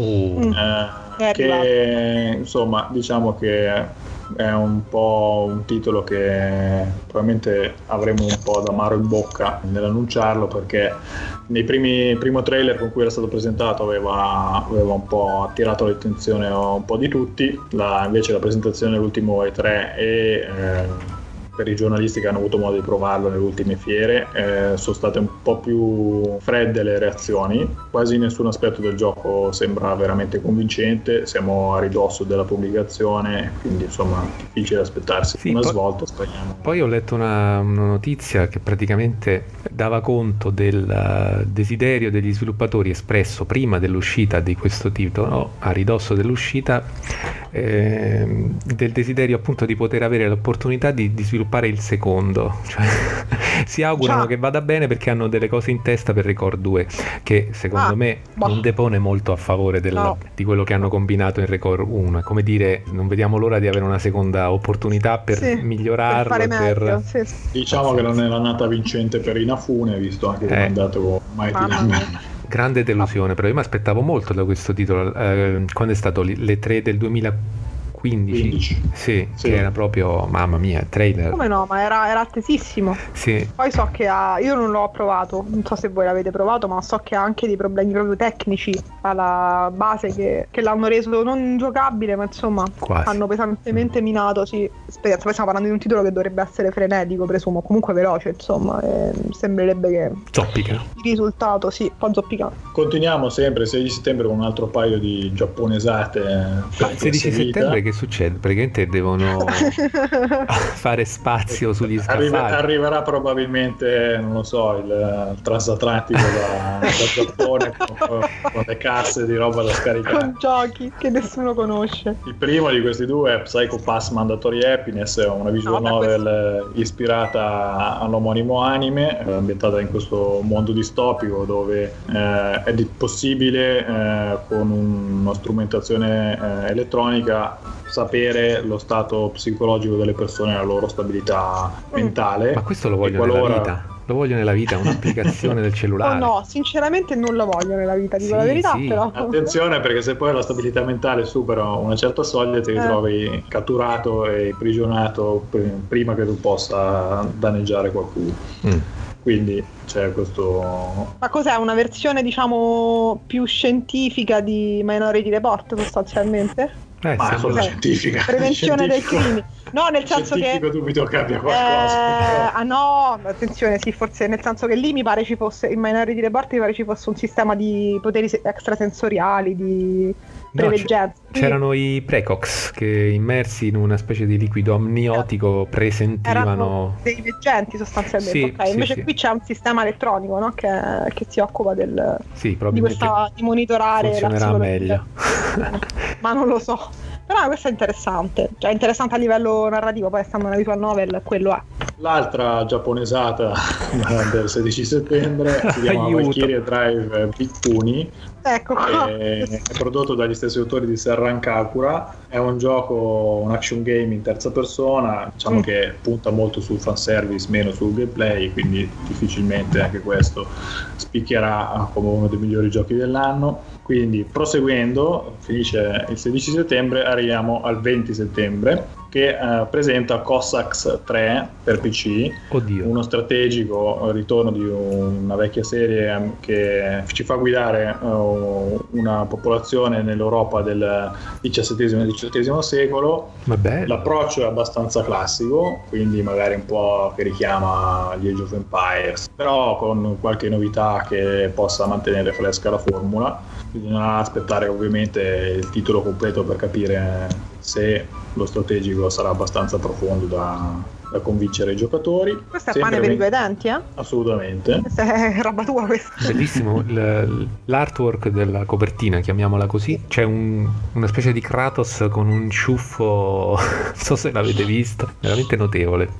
che insomma diciamo che è un po' un titolo che probabilmente avremo un po' d'amaro in bocca nell'annunciarlo, perché nei primo trailer con cui era stato presentato aveva un po' attirato l'attenzione un po' di tutti. Invece la presentazione dell'ultimo E3 e per i giornalisti che hanno avuto modo di provarlo nelle ultime fiere sono state un po' più fredde le reazioni, quasi nessun aspetto del gioco sembra veramente convincente, siamo a ridosso della pubblicazione, quindi insomma difficile aspettarsi una svolta, speriamo. Poi ho letto una notizia che praticamente dava conto del desiderio degli sviluppatori espresso prima dell'uscita di questo titolo, a ridosso dell'uscita, del desiderio appunto di poter avere l'opportunità di sviluppare il secondo, cioè, si augurano che vada bene perché hanno delle cose in testa per Record 2 che secondo me non depone molto a favore di quello che hanno combinato in Record 1. È come dire, non vediamo l'ora di avere una seconda opportunità per migliorarlo, per fare meglio, diciamo che non è l'annata vincente per Inafune, visto anche come è andato con Mighty Number. Grande delusione, però io mi aspettavo molto da questo titolo. Quando è stato le 3 del 2015? Sì, che era proprio, mamma mia, trailer. Come no, ma era attesissimo. Sì. Poi so che io non l'ho provato, non so se voi l'avete provato, ma so che ha anche dei problemi proprio tecnici alla base che l'hanno reso non giocabile, ma insomma hanno pesantemente minato. Poi stiamo parlando di un titolo che dovrebbe essere frenetico, presumo, comunque veloce, insomma, sembrerebbe che zoppica. Il risultato un po' zoppicante. Continuiamo sempre il 16 settembre con un altro paio di giapponesate. Ma il 16 settembre che succede? Praticamente devono fare spazio sugli scaffali. Arriverà probabilmente, non lo so, il transatlantico da Giappone con le casse di roba da scaricare, con giochi che nessuno conosce. Il primo di questi due è Psycho Pass Mandatory Happiness, è una visual novel ispirata all'omonimo anime, ambientata in questo mondo distopico dove è possibile con una strumentazione elettronica sapere lo stato psicologico delle persone e la loro stabilità mentale. Ma questo lo voglio nella vita. Lo voglio nella vita, un'applicazione del cellulare. No, sinceramente non lo voglio nella vita, dico la verità, però. Attenzione, perché se poi la stabilità mentale supera una certa soglia ti ritrovi catturato e imprigionato prima che tu possa danneggiare qualcuno. Quindi c'è questo. Ma cos'è? Una versione diciamo più scientifica di Minority Report sostanzialmente? Ma è solo scientifica. Prevenzione del crimine. No, nel senso che dubito che abbia qualcosa. No, attenzione, sì, forse nel senso che lì mi pare ci fosse, in Minority Report mi pare ci fosse un sistema di poteri extrasensoriali, di preveggenza. C'erano i precox che immersi in una specie di liquido amniotico presentivano erano dei veggenti sostanzialmente. Sì, invece qui c'è un sistema elettronico, no? che si occupa di monitorare funzionerà meglio. Ma non lo so. Però questo è interessante, cioè interessante a livello narrativo, poi essendo una visual novel quello è. L'altra giapponesata del 16 settembre si chiama Valkyria Drive Piccuni. Ecco qua. È prodotto dagli stessi autori di Serran Kakura, è un gioco, un action game in terza persona, diciamo che punta molto sul fanservice, meno sul gameplay, quindi difficilmente anche questo spicchierà come uno dei migliori giochi dell'anno. Quindi proseguendo, finisce il 16 settembre, arriviamo al 20 settembre che presenta Cossacks 3 per PC. Oddio. Uno strategico, ritorno di una vecchia serie che ci fa guidare una popolazione nell'Europa del XVII e XVIII secolo. Vabbè. L'approccio è abbastanza classico, quindi magari un po' che richiama gli Age of Empires, però con qualche novità che possa mantenere fresca la formula. Bisogna aspettare ovviamente il titolo completo per capire se lo strategico sarà abbastanza profondo da convincere i giocatori. Questo è pane per i tuoi denti, eh? Assolutamente. Questa è roba tua questa. Bellissimo l'artwork della copertina, chiamiamola così. C'è una specie di Kratos con un ciuffo, non so se l'avete visto, veramente notevole.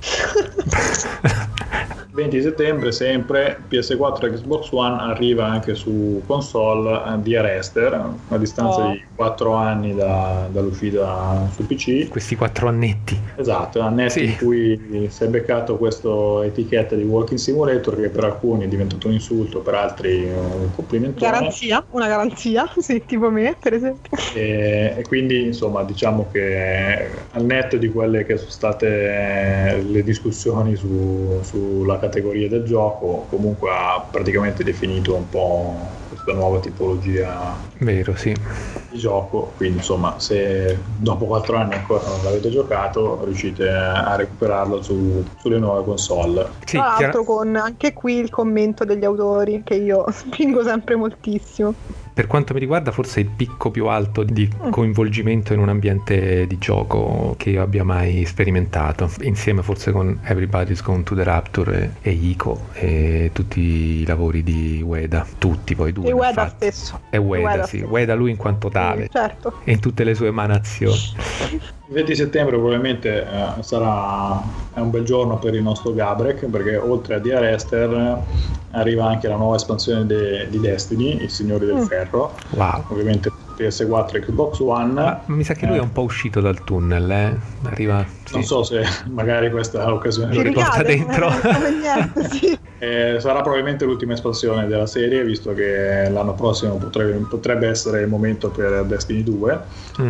20 settembre sempre PS4 e Xbox One arriva anche su console The Arrester, a distanza di 4 anni dall'uscita su PC. Questi 4 annetti. Esatto, annetti in cui si è beccato questa etichetta di Walking Simulator che per alcuni è diventato un insulto, per altri un complimentone. Una garanzia, sì, tipo me per esempio. E quindi insomma diciamo che al netto di quelle che sono state le discussioni sulla categoria del gioco, comunque ha praticamente definito un po' questa nuova tipologia vero, sì, di gioco. Quindi insomma se dopo 4 anni ancora non l'avete giocato riuscite a recuperarlo sulle nuove console. Sì, tra l'altro con anche qui il commento degli autori che io spingo sempre moltissimo. Per quanto mi riguarda forse il picco più alto di coinvolgimento in un ambiente di gioco che io abbia mai sperimentato, insieme forse con Everybody's Gone to the Rapture e Ico e tutti i lavori di Ueda, tutti poi due. E Ueda stesso. E Ueda, sì, Ueda lui in quanto tale, certo. E in tutte le sue emanazioni. Il 20 settembre probabilmente sarà un bel giorno per il nostro Gabrek, perché oltre a The Arrester arriva anche la nuova espansione di Destiny, I Signori del Ferro. Wow. Ovviamente PS4 e Xbox One. Ma mi sa che lui è un po' uscito dal tunnel, Arriva, sì. Non so se magari questa è l'occasione lo riporta dentro. Sarà probabilmente l'ultima espansione della serie, visto che l'anno prossimo potrebbe essere il momento per Destiny 2.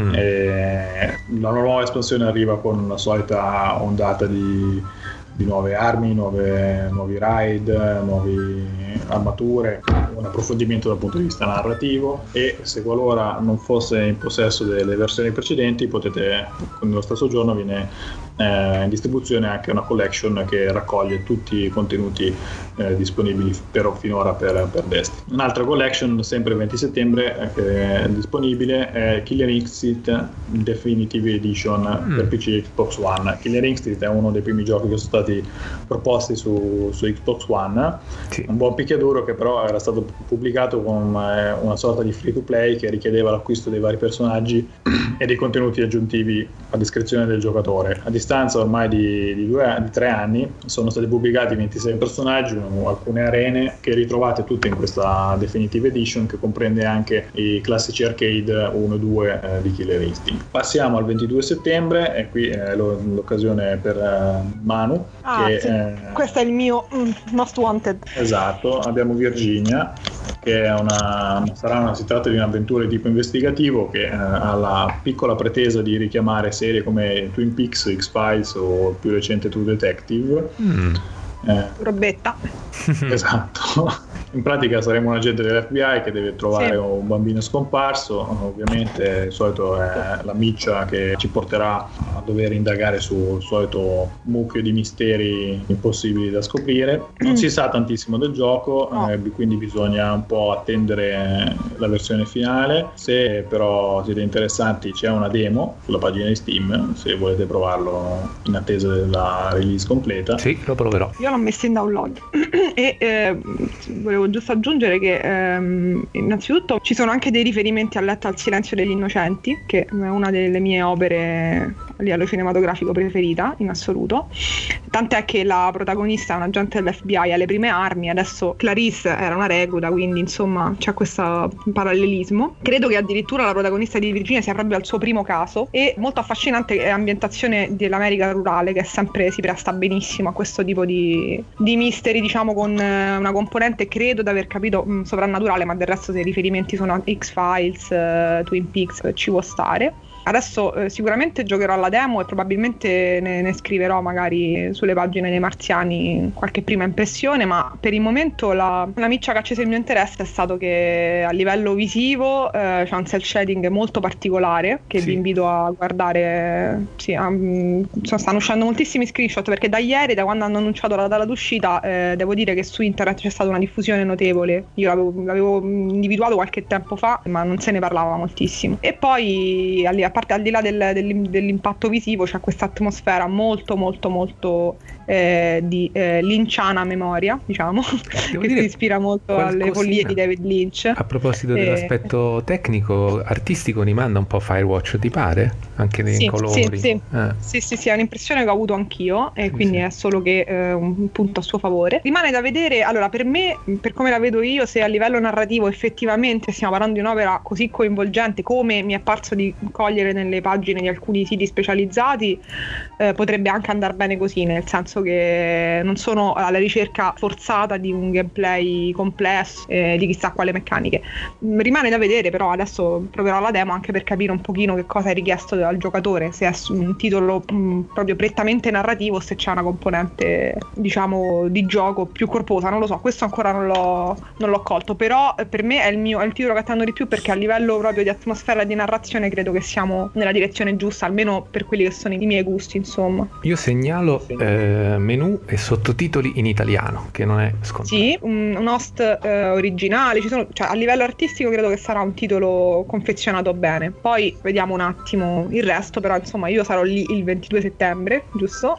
La nuova espansione arriva con la solita ondata di nuove armi, nuovi raid, nuove armature, un approfondimento dal punto di vista narrativo, e se qualora non fosse in possesso delle versioni precedenti potete, nello stesso giorno viene in distribuzione anche una collection che raccoglie tutti i contenuti disponibili finora per Destiny. Un'altra collection sempre il 20 settembre che è disponibile è Killer Instinct Definitive Edition per PC e Xbox One. Killer Instinct è uno dei primi giochi che sono stati proposti su Xbox One, sì. Un buon picchiaduro che però era stato pubblicato con una sorta di free to play che richiedeva l'acquisto dei vari personaggi e dei contenuti aggiuntivi a discrezione del giocatore. A distanza ormai di 3 anni sono stati pubblicati 26 personaggi, alcune arene che ritrovate tutte in questa Definitive Edition, che comprende anche i classici arcade 1 e 2 di Killer Instinct. Passiamo al 22 settembre e qui è l'occasione per Manu. Sì. Questo è il mio Most Wanted. Esatto, abbiamo Virginia, che è si tratta di un'avventura di tipo investigativo che ha la piccola pretesa di richiamare serie come Twin Peaks, X-Files o il più recente True Detective. Robetta. Esatto. In pratica saremo un agente dell'FBI che deve trovare un bambino scomparso, ovviamente il solito è la miccia che ci porterà a dover indagare sul solito mucchio di misteri impossibili da scoprire. Non si sa tantissimo del gioco, quindi bisogna un po' attendere la versione finale. Se però siete interessanti, c'è una demo sulla pagina di Steam, se volete provarlo in attesa della release completa. Sì, lo proverò. Io l'ho messo in download e volevo giusto aggiungere che innanzitutto ci sono anche dei riferimenti a Letto al silenzio degli innocenti, che è una delle mie opere a livello cinematografico preferita in assoluto, tant'è che la protagonista è un agente dell'FBI alle prime armi, adesso Clarice era una recluta, quindi insomma c'è questo parallelismo. Credo che addirittura la protagonista di Virginia sia proprio al suo primo caso, e molto affascinante è l'ambientazione dell'America rurale, che sempre si presta benissimo a questo tipo di misteri, diciamo, con una componente, credo di aver capito, sovrannaturale, ma del resto se i riferimenti sono a X-Files, Twin Peaks, ci può stare. Adesso sicuramente giocherò alla demo e probabilmente ne scriverò magari sulle pagine dei Marziani qualche prima impressione, ma per il momento la miccia che ha acceso il mio interesse è stato che a livello visivo c'è un cel shading molto particolare che vi invito a guardare. Stanno uscendo moltissimi screenshot, perché da ieri, da quando hanno annunciato la data d'uscita, devo dire che su internet c'è stata una diffusione notevole. Io l'avevo individuato qualche tempo fa, ma non se ne parlava moltissimo. E poi al di là dell'impatto visivo c'è questa atmosfera molto molto molto di linciana memoria, diciamo, che si ispira molto alle follie di David Lynch. A proposito dell'aspetto tecnico, artistico, rimanda un po' Firewatch, ti pare? Anche nei colori? Sì, è un'impressione che ho avuto anch'io, e quindi è solo che un punto a suo favore. Rimane da vedere, allora, per me, per come la vedo io, se a livello narrativo effettivamente stiamo parlando di un'opera così coinvolgente come mi è parso di cogliere nelle pagine di alcuni siti specializzati, potrebbe anche andare bene così, nel senso che non sono alla ricerca forzata di un gameplay complesso, di chissà quale meccaniche. Rimane da vedere, però adesso proverò la demo anche per capire un pochino che cosa è richiesto dal giocatore, se è un titolo proprio prettamente narrativo, se c'è una componente, diciamo, di gioco più corposa, non lo so, questo ancora non l'ho colto, però per me è il titolo che attendo di più, perché a livello proprio di atmosfera e di narrazione credo che siamo nella direzione giusta, almeno per quelli che sono i miei gusti, insomma. Io segnalo menu e sottotitoli in italiano, che non è scontato. Sì, un host originale, cioè, a livello artistico credo che sarà un titolo confezionato bene. Poi vediamo un attimo il resto, però insomma io sarò lì il 22 settembre, giusto?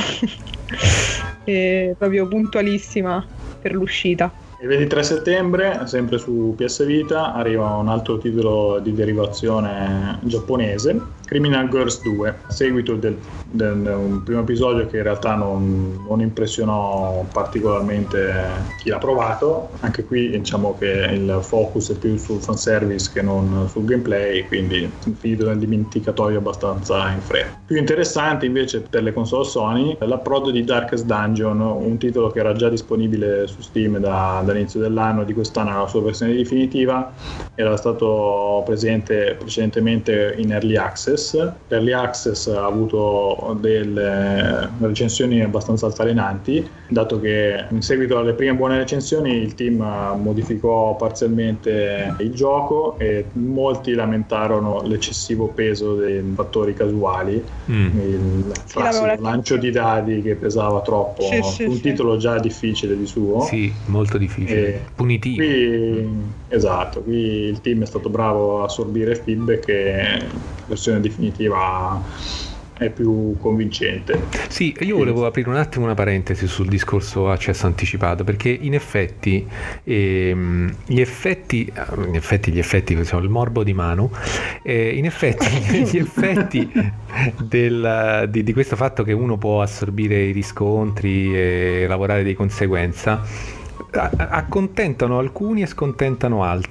Proprio puntualissima per l'uscita. Il 23 settembre, sempre su PS Vita, arriva un altro titolo di derivazione giapponese, Criminal Girls 2, seguito del un primo episodio che in realtà non impressionò particolarmente chi l'ha provato. Anche qui diciamo che il focus è più sul fanservice che non sul gameplay, quindi finito nel dimenticatoio abbastanza in fretta. Più interessante invece per le console Sony l'approdo di Darkest Dungeon, un titolo che era già disponibile su Steam dall'inizio dell'anno, di quest'anno nella sua versione definitiva, era stato presente precedentemente in Early Access. L'Early Access ha avuto delle recensioni abbastanza altalenanti, dato che in seguito alle prime buone recensioni il team modificò parzialmente il gioco e molti lamentarono l'eccessivo peso dei fattori casuali, il classico lancio di dadi che pesava troppo su un titolo già difficile di suo. Sì, molto difficile, punitivo. Qui il team è stato bravo a assorbire il feedback e la versione definitiva è più convincente. Sì, io volevo aprire un attimo una parentesi sul discorso accesso anticipato, perché in effetti gli effetti, diciamo, il morbo di Manu, in effetti gli effetti di questo fatto che uno può assorbire i riscontri e lavorare di conseguenza accontentano alcuni e scontentano altri.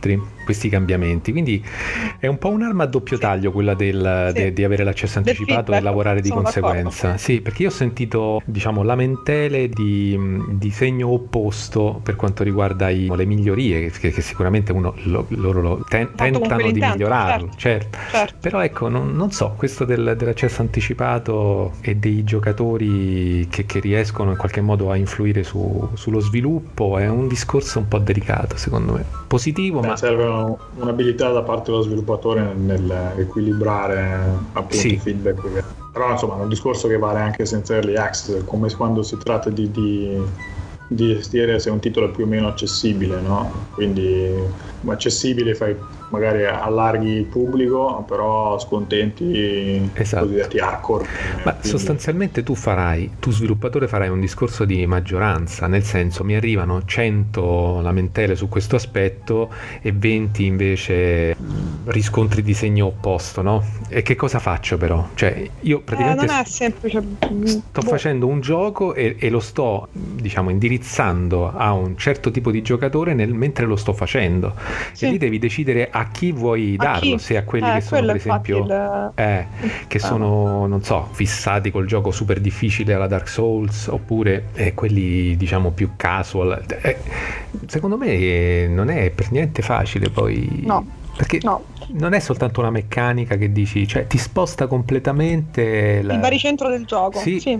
questi cambiamenti, quindi è un po' un'arma a doppio taglio quella di avere l'accesso anticipato e lavorare di conseguenza. D'accordo. Sì, perché io ho sentito, diciamo, lamentele di segno opposto per quanto riguarda le migliorie che sicuramente loro tentano di migliorarlo, certo. Però ecco, non so, questo dell'accesso anticipato e dei giocatori che riescono in qualche modo a influire sullo sviluppo è un discorso un po' delicato, secondo me. Positivo, ma serve un'abilità da parte dello sviluppatore nel equilibrare appunto i feedback. Però insomma è un discorso che vale anche senza early access, come quando si tratta di gestire se un titolo è più o meno accessibile, no? Quindi accessibile magari allarghi il pubblico, però scontenti cosiddetti hardcore. Ma sostanzialmente tu sviluppatore farai un discorso di maggioranza, nel senso mi arrivano 100 lamentele su questo aspetto e 20 invece riscontri di segno opposto, no? E che cosa faccio però? Cioè io praticamente non è semplice. sto facendo un gioco e lo sto, diciamo, indirizzando a un certo tipo di giocatore mentre lo sto facendo. E lì devi decidere a chi vuoi darlo, se a quelli che sono per esempio che sono, non so, fissati col gioco super difficile alla Dark Souls, oppure quelli, diciamo, più casual. Secondo me non è per niente facile poi, perché non è soltanto una meccanica che dici, cioè ti sposta completamente il baricentro del gioco. Sì.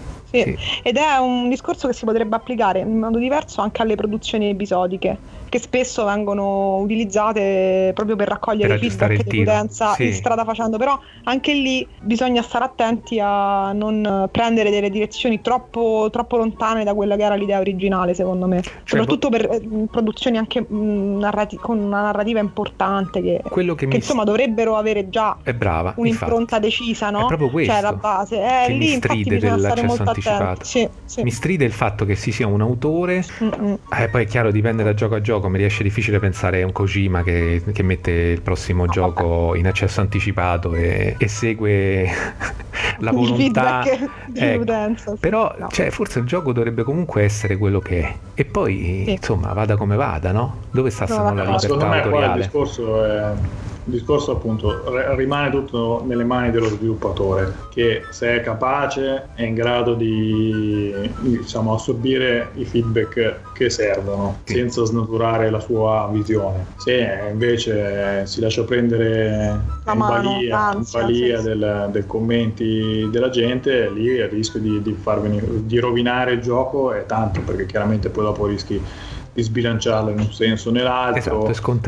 Ed è un discorso che si potrebbe applicare in modo diverso anche alle produzioni episodiche, che spesso vengono utilizzate proprio per raccogliere i feedback dell'utenza in strada facendo, però anche lì bisogna stare attenti a non prendere delle direzioni troppo lontane da quella che era l'idea originale, secondo me, soprattutto per produzioni anche con una narrativa importante che insomma dovrebbero avere già un'impronta decisa, no? È proprio questo, cioè la base che lì mi infatti bisogna stare molto attenti. Mi stride il fatto che si sia un autore, poi è chiaro, dipende da gioco a gioco. Mi riesce difficile pensare a un Kojima che mette il prossimo gioco in accesso anticipato e segue la volontà dell'utenza. Però cioè, forse il gioco dovrebbe comunque essere quello che è, e poi insomma vada come vada, no? Dove sta se non la libertà autoriale? Il discorso appunto rimane tutto nelle mani dello sviluppatore, che se è capace è in grado di, diciamo, assorbire i feedback che servono senza snaturare la sua visione. Se invece si lascia prendere in balia del commenti della gente, lì il rischio di rovinare il gioco è tanto, perché chiaramente poi dopo rischi di sbilanciarlo in un senso o nell'altro,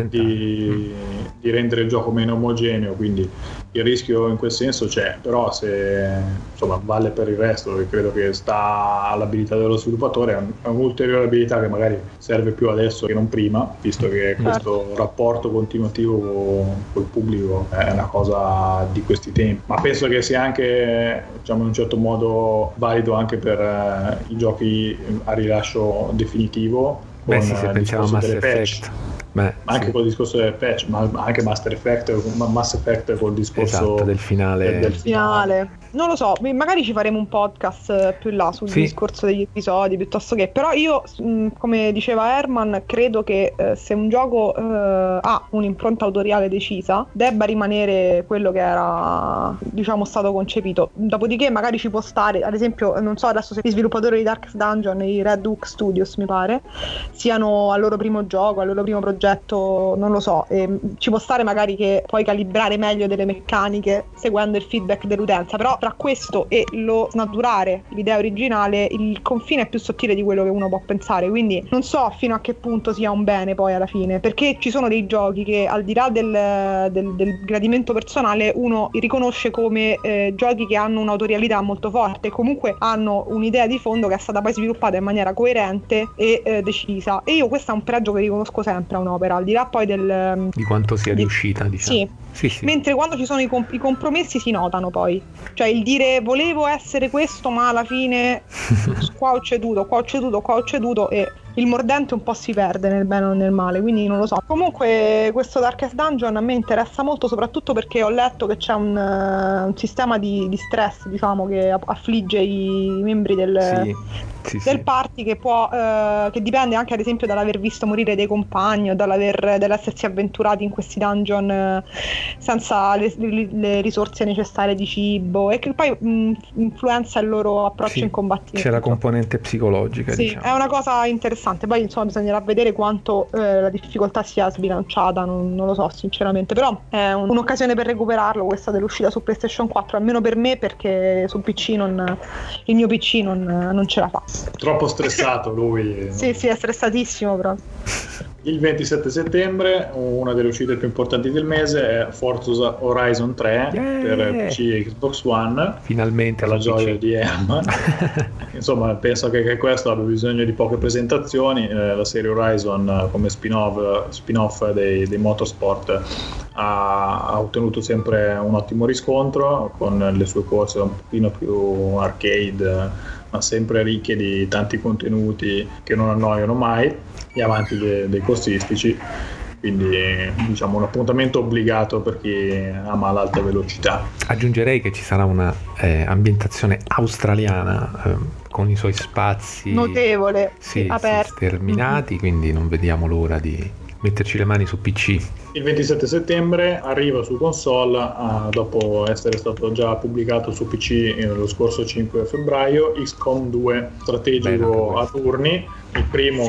di rendere il gioco meno omogeneo, quindi il rischio in quel senso c'è. Però se insomma vale per il resto, che credo che sta all'abilità dello sviluppatore, è un'ulteriore abilità che magari serve più adesso che non prima, visto che questo rapporto continuativo col pubblico è una cosa di questi tempi, ma penso che sia anche, diciamo, in un certo modo valido anche per i giochi a rilascio definitivo. Se pensiamo a Mass Effect, anche col discorso del patch, ma anche Mass Effect col discorso del finale. Non lo so, magari ci faremo un podcast più là sul discorso degli episodi, piuttosto che, però io, come diceva Herman, credo che se un gioco ha un'impronta autoriale decisa, debba rimanere quello che era, diciamo, stato concepito. Dopodiché magari ci può stare, ad esempio, non so adesso se gli sviluppatori di Darkest Dungeon, i Red Hook Studios mi pare, siano al loro primo gioco, al loro primo progetto, non lo so, e ci può stare magari che puoi calibrare meglio delle meccaniche seguendo il feedback dell'utenza, però tra questo e lo snaturare l'idea originale il confine è più sottile di quello che uno può pensare, quindi non so fino a che punto sia un bene poi alla fine, perché ci sono dei giochi che al di là del gradimento personale uno riconosce come giochi che hanno un'autorialità molto forte e comunque hanno un'idea di fondo che è stata poi sviluppata in maniera coerente e decisa, e io questo è un pregio che riconosco sempre a un'opera, al di là poi di quanto sia riuscita, diciamo. Sì. Mentre quando ci sono i compromessi si notano poi, cioè il dire volevo essere questo ma alla fine qua ho ceduto e il mordente un po' si perde nel bene o nel male, quindi non lo so. Comunque questo Darkest Dungeon a me interessa molto, soprattutto perché ho letto che c'è un sistema di stress, diciamo, che affligge i membri del party, che può che dipende anche ad esempio dall'aver visto morire dei compagni o dall'essersi avventurati in questi dungeon senza le risorse necessarie di cibo, e che poi influenza il loro approccio in combattimento. C'è la componente psicologica, sì, diciamo. è una cosa interessante. Poi insomma bisognerà vedere quanto la difficoltà sia sbilanciata, non lo so sinceramente, però è un'occasione per recuperarlo questa dell'uscita su PlayStation 4, almeno per me, perché sul PC il mio PC non ce la fa. Troppo stressato lui. Sì, è stressatissimo proprio. Il 27 settembre una delle uscite più importanti del mese è Forza Horizon 3 per PC e Xbox One. Finalmente, per la gioia di Herman. Insomma, penso che questo abbia bisogno di poche presentazioni. La serie Horizon come spin-off dei motorsport ha ottenuto sempre un ottimo riscontro, con le sue corse un pochino più arcade, ma sempre ricche di tanti contenuti che non annoiano mai e avanti dei corsistici, quindi diciamo un appuntamento obbligato per chi ama l'alta velocità. Aggiungerei che ci sarà una ambientazione australiana con i suoi spazi notevole, aperti, sterminati, quindi non vediamo l'ora di metterci le mani su PC. Il 27 settembre arriva su console, dopo essere stato già pubblicato su PC lo scorso 5 febbraio, XCOM 2 strategico a turni. Il primo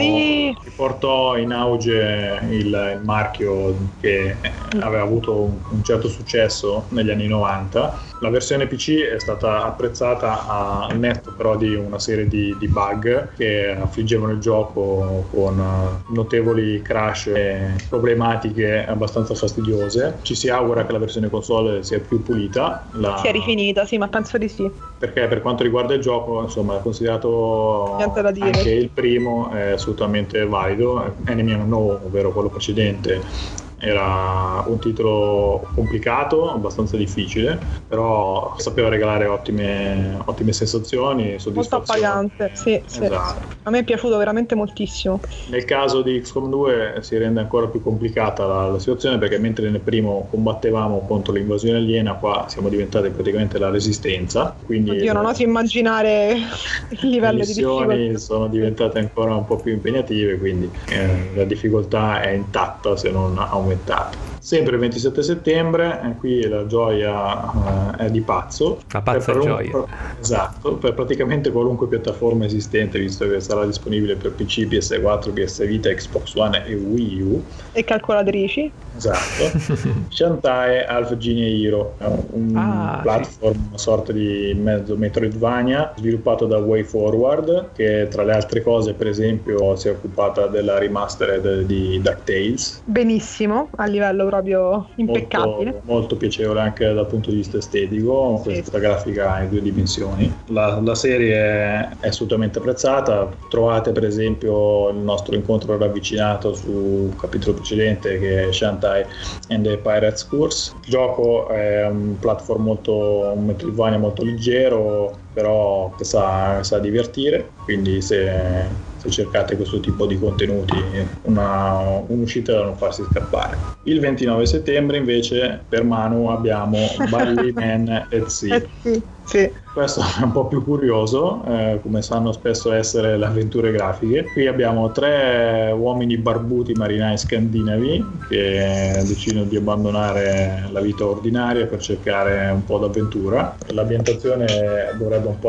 riportò in auge il marchio che aveva avuto un certo successo negli anni 90. La versione PC è stata apprezzata al netto però di una serie di bug che affliggevano il gioco, con notevoli crash e problematiche abbastanza fastidiose. Ci si augura che la versione console sia più pulita, sia rifinita, sì, ma penso di sì, perché per quanto riguarda il gioco, insomma, è considerato anche il primo è assolutamente valido. Enemy Unknown, ovvero quello precedente, era un titolo complicato, abbastanza difficile, però sapeva regalare ottime sensazioni, soddisfazione. Molto appagante, sì. A me è piaciuto veramente moltissimo. Nel caso di XCOM 2 si rende ancora più complicata la situazione, perché mentre nel primo combattevamo contro l'invasione aliena, qua siamo diventati praticamente la resistenza. Quindi oddio, non oso immaginare il livello di difficoltà. Le missioni sono diventate ancora un po' più impegnative, quindi la difficoltà è intatta, se non aumentata. Sempre il 27 settembre, qui la gioia è di pazzo. La pazza gioia. Esatto, per praticamente qualunque piattaforma esistente, visto che sarà disponibile per PC, PS4, PS Vita, Xbox One e Wii U. E calcolatrici. Esatto. Shantae Alpha Genie Hero è un platform, una sorta di mezzo Metroidvania sviluppato da WayForward, che tra le altre cose per esempio si è occupata della remastered di DuckTales. Benissimo, a livello proprio impeccabile, molto piacevole anche dal punto di vista estetico, questa grafica in 2 dimensioni. La serie è assolutamente apprezzata. Trovate per esempio il nostro incontro ravvicinato sul capitolo precedente, che è Shantae and the Pirate's Curse. Il gioco è un platform un Metroidvania molto leggero, però che sa divertire, quindi se cercate questo tipo di contenuti, un'uscita da non farsi scappare. Il 29 settembre invece per Manu abbiamo Barley Man at Sea. Sì. Questo è un po' più curioso, come sanno spesso essere le avventure grafiche. Qui abbiamo 3 uomini barbuti marinai scandinavi che decidono di abbandonare la vita ordinaria per cercare un po' d'avventura. L'ambientazione dovrebbe un po'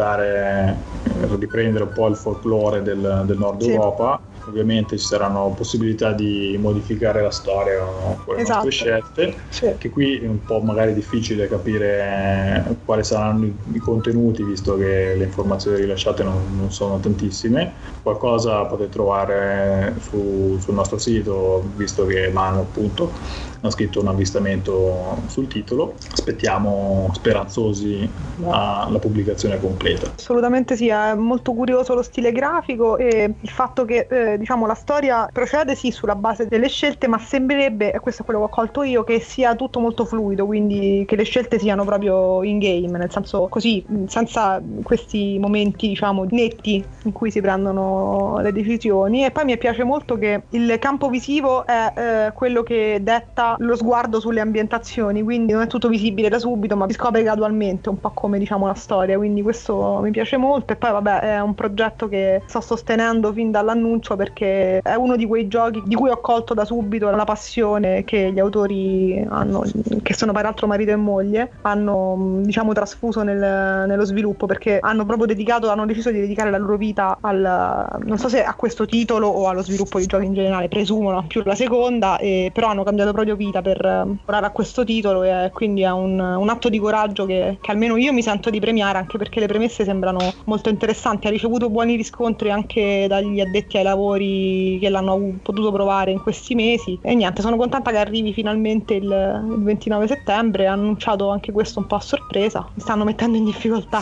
riprendere un po' il folklore del nord Europa. Ovviamente ci saranno possibilità di modificare la storia con le nostre scelte, che qui è un po' magari difficile capire quali saranno i contenuti, visto che le informazioni rilasciate non sono tantissime. Qualcosa potete trovare sul nostro sito, visto che Manu appunto ha scritto un avvistamento sul titolo. Aspettiamo speranzosi la pubblicazione completa. Assolutamente sì, è molto curioso lo stile grafico e il fatto che diciamo la storia procede sì sulla base delle scelte, ma sembrerebbe, e questo è quello che ho colto io, che sia tutto molto fluido, quindi che le scelte siano proprio in game, nel senso così, senza questi momenti diciamo netti in cui si prendono le decisioni. E poi mi piace molto che il campo visivo è quello che detta lo sguardo sulle ambientazioni, quindi non è tutto visibile da subito, ma si scopre gradualmente, un po' come diciamo la storia, quindi questo mi piace molto. E poi vabbè, è un progetto che sto sostenendo fin dall'annuncio, perché è uno di quei giochi di cui ho colto da subito la passione che gli autori hanno, che sono peraltro marito e moglie, hanno diciamo trasfuso nello sviluppo, perché hanno deciso di dedicare la loro vita non so se a questo titolo o allo sviluppo di giochi in generale, presumo più la seconda, però hanno cambiato proprio vita per lavorare a questo titolo, e quindi è un atto di coraggio che almeno io mi sento di premiare, anche perché le premesse sembrano molto interessanti. Ha ricevuto buoni riscontri anche dagli addetti ai lavori che l'hanno potuto provare in questi mesi, e niente, sono contenta che arrivi finalmente il 29 settembre. Ha annunciato anche questo un po' a sorpresa, mi stanno mettendo in difficoltà.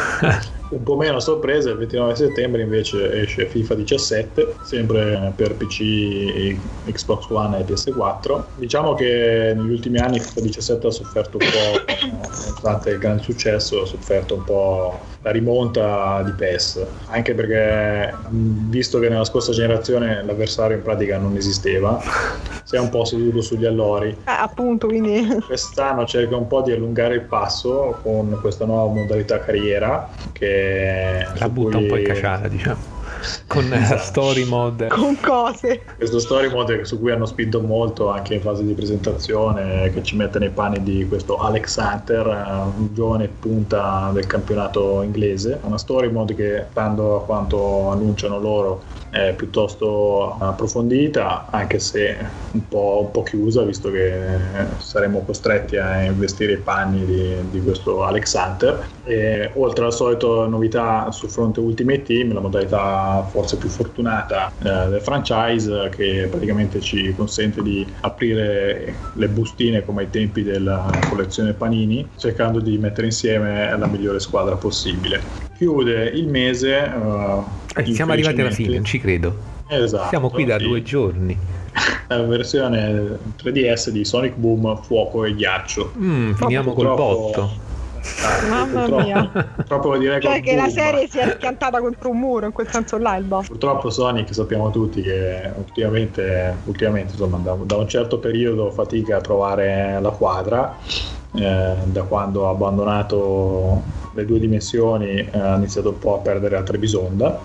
Un po' meno sorpresa, il 29 settembre invece esce FIFA 17, sempre per PC, Xbox One e PS4. Diciamo che negli ultimi anni FIFA 17 ha sofferto un po', nonostante il grande successo, ha sofferto un po' la rimonta di PES, anche perché visto che nella scorsa generazione l'avversario in pratica non esisteva, si è un po' seduto sugli allori. Appunto, quindi quest'anno cerca un po' di allungare il passo con questa nuova modalità carriera, che la butta un po' in caciara, diciamo, con story mode, con cose. Questo story mode su cui hanno spinto molto anche in fase di presentazione, che ci mette nei panni di questo Alex Hunter, un giovane punta del campionato inglese. Una story mode che, stando a quanto annunciano loro, è piuttosto approfondita, anche se un po' chiusa, visto che saremo costretti a investire i panni di questo Alex Hunter. E oltre alla solita novità sul fronte Ultimate Team, la modalità forse più fortunata del franchise, che praticamente ci consente di aprire le bustine come ai tempi della collezione Panini, cercando di mettere insieme la migliore squadra possibile. Chiude il mese siamo arrivati alla fine, non ci credo. Esatto, siamo qui da 2 giorni. La versione 3DS di Sonic Boom Fuoco e Ghiaccio. Finiamo col botto. Mamma mia, purtroppo direi cioè che la serie si è piantata contro un muro, in quel senso là il boss. Purtroppo Sonic, sappiamo tutti che ultimamente insomma, da un certo periodo fatica a trovare la quadra, da quando ha abbandonato le 2 dimensioni ha iniziato un po' a perdere la Trebisonda,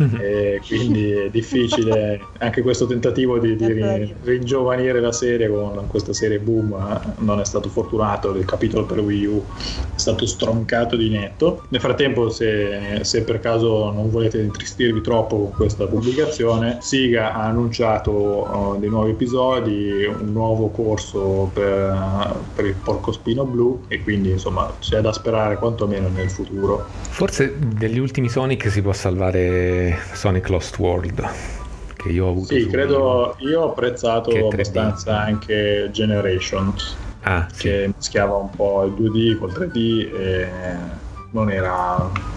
e quindi è difficile anche questo tentativo di ringiovanire la serie con questa serie Boom. Non è stato fortunato, il capitolo per Wii U è stato stroncato di netto. Nel frattempo, se per caso non volete intristirvi troppo con questa pubblicazione, Sega ha annunciato dei nuovi episodi, un nuovo corso per il porcospino blu, e quindi insomma c'è da sperare quantomeno nel futuro. Forse degli ultimi Sonic si può salvare Sonic Lost World, che io ho avuto. Sì, credo, io ho apprezzato abbastanza anche Generations, che mischiava un po' il 2D col 3D e non era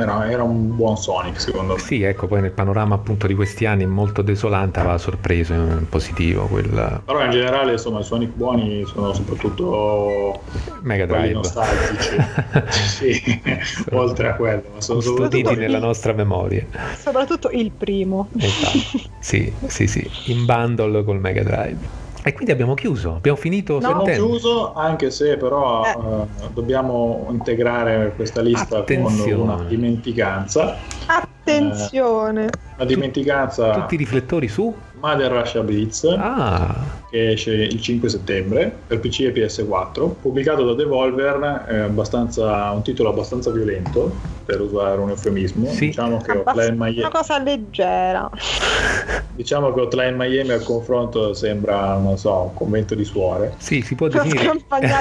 un buon Sonic, secondo me. Sì, ecco, poi nel panorama appunto di questi anni molto desolante aveva sorpreso in positivo però in generale insomma i Sonic buoni sono soprattutto Mega Drive nostalgici. Sì, oltre a quello, ma sono custoditi nella nostra memoria, soprattutto il primo. Esatto. sì, in bundle col Mega Drive. E quindi abbiamo finito. Abbiamo chiuso, anche se però dobbiamo integrare questa lista con una dimenticanza. Attenzione! Una dimenticanza. Tutti i riflettori su Mother Russia Blitz, che esce il 5 settembre per PC e PS4, pubblicato da Devolver, un titolo abbastanza violento, per usare un eufemismo. Sì. Diciamo che una cosa leggera. Diciamo che Hotline Miami al confronto sembra, non so, un convento di suore. Sì, si può definire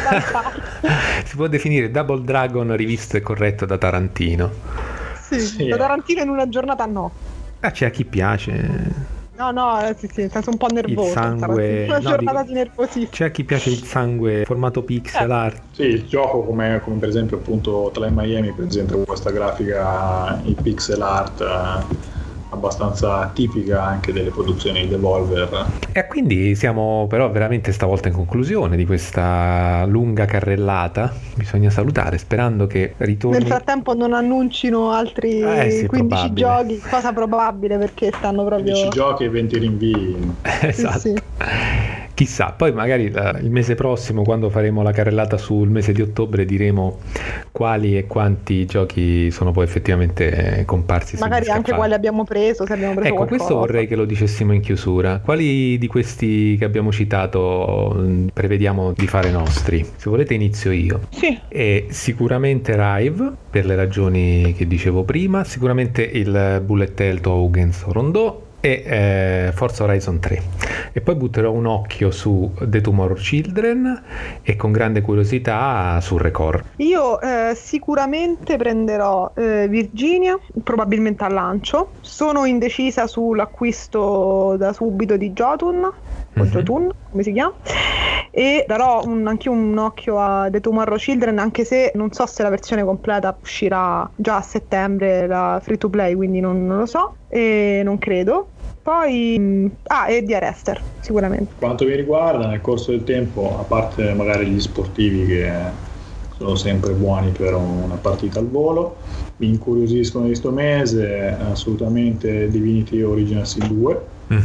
si può definire Double Dragon rivisto e corretto da Tarantino. Sì. Da Tarantino in una giornata no. C'è a chi piace. sì, è stato un po' nervoso. Il sangue... Una giornata di nervosismo. C'è a chi piace il sangue formato pixel art. Sì, il gioco come per esempio appunto Hotline Miami presenta questa grafica in pixel art abbastanza tipica anche delle produzioni di Devolver. E quindi siamo però veramente stavolta in conclusione di questa lunga carrellata. Bisogna salutare sperando che ritorni. Nel frattempo non annuncino altri 15 probabile. giochi, cosa probabile perché stanno proprio 15 giochi e 20 rinvii. Esatto. Sì. Chissà, poi magari il mese prossimo, quando faremo la carrellata sul mese di ottobre, diremo quali e quanti giochi sono poi effettivamente comparsi. Magari anche quali abbiamo preso, se abbiamo preso qualcosa. Questo vorrei che lo dicessimo in chiusura. Quali di questi che abbiamo citato prevediamo di fare nostri? Se volete inizio io. Sì. E sicuramente Rive, per le ragioni che dicevo prima, sicuramente il Bullet Hell Tokens Rondò e Forza Horizon 3, e poi butterò un occhio su The Tomorrow Children e con grande curiosità su Record. Io sicuramente prenderò Virginia, probabilmente al lancio. Sono indecisa sull'acquisto da subito di Jotun o Jotun, come si chiama, e darò anche un occhio a The Tomorrow Children, anche se non so se la versione completa uscirà già a settembre, la free to play, quindi non lo so e non credo. Poi e di Arrester sicuramente. Quanto mi riguarda, nel corso del tempo, a parte magari gli sportivi che sono sempre buoni per una partita al volo, mi incuriosiscono di sto mese assolutamente Divinity Original Sin 2,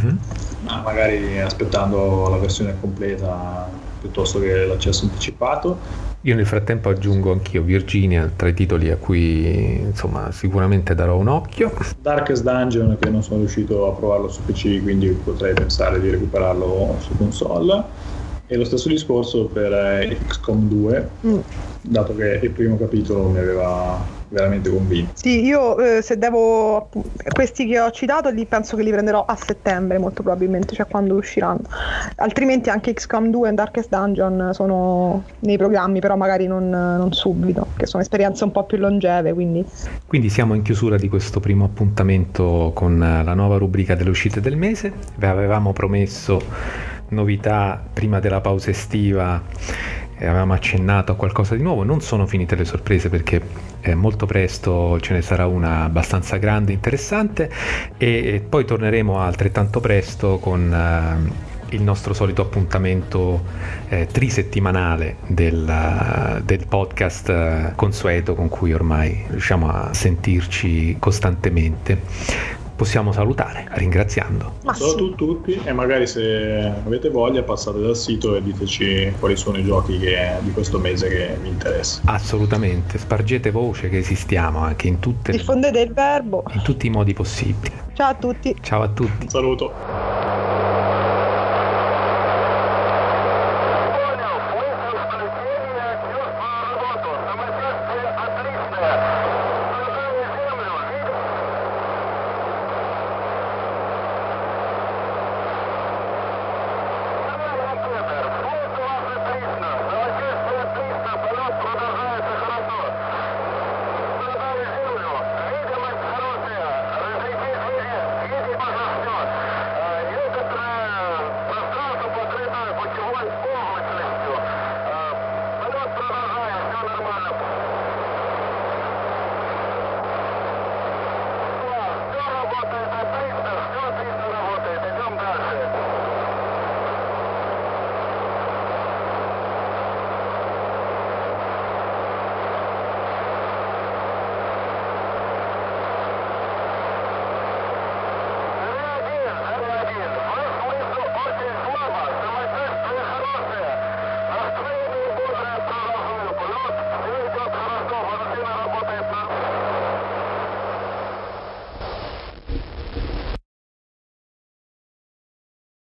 magari aspettando la versione completa piuttosto che l'accesso anticipato. Io nel frattempo aggiungo anch'io Virginia tra i titoli a cui insomma sicuramente darò un occhio. Darkest Dungeon, che non sono riuscito a provarlo su PC, quindi potrei pensare di recuperarlo su console, e lo stesso discorso per XCOM 2, dato che il primo capitolo mi aveva veramente convinto. Sì, io se devo, questi che ho citato li penso che li prenderò a settembre molto probabilmente, cioè quando usciranno, altrimenti anche XCOM 2 e Darkest Dungeon sono nei programmi, però magari non subito, che sono esperienze un po' più longeve, quindi siamo in chiusura di questo primo appuntamento con la nuova rubrica delle uscite del mese. Vi avevamo promesso novità prima della pausa estiva, avevamo accennato a qualcosa di nuovo. Non sono finite le sorprese perché molto presto ce ne sarà una abbastanza grande e interessante, e poi torneremo altrettanto presto con il nostro solito appuntamento trisettimanale del podcast consueto con cui ormai riusciamo a sentirci costantemente. Possiamo salutare ringraziando. Saluto tutti, e magari se avete voglia passate dal sito e diteci quali sono i giochi di questo mese che vi interessa. Assolutamente, spargete voce che esistiamo anche in tutte diffondete il verbo in tutti i modi possibili. Ciao a tutti. Ciao a tutti. Un saluto.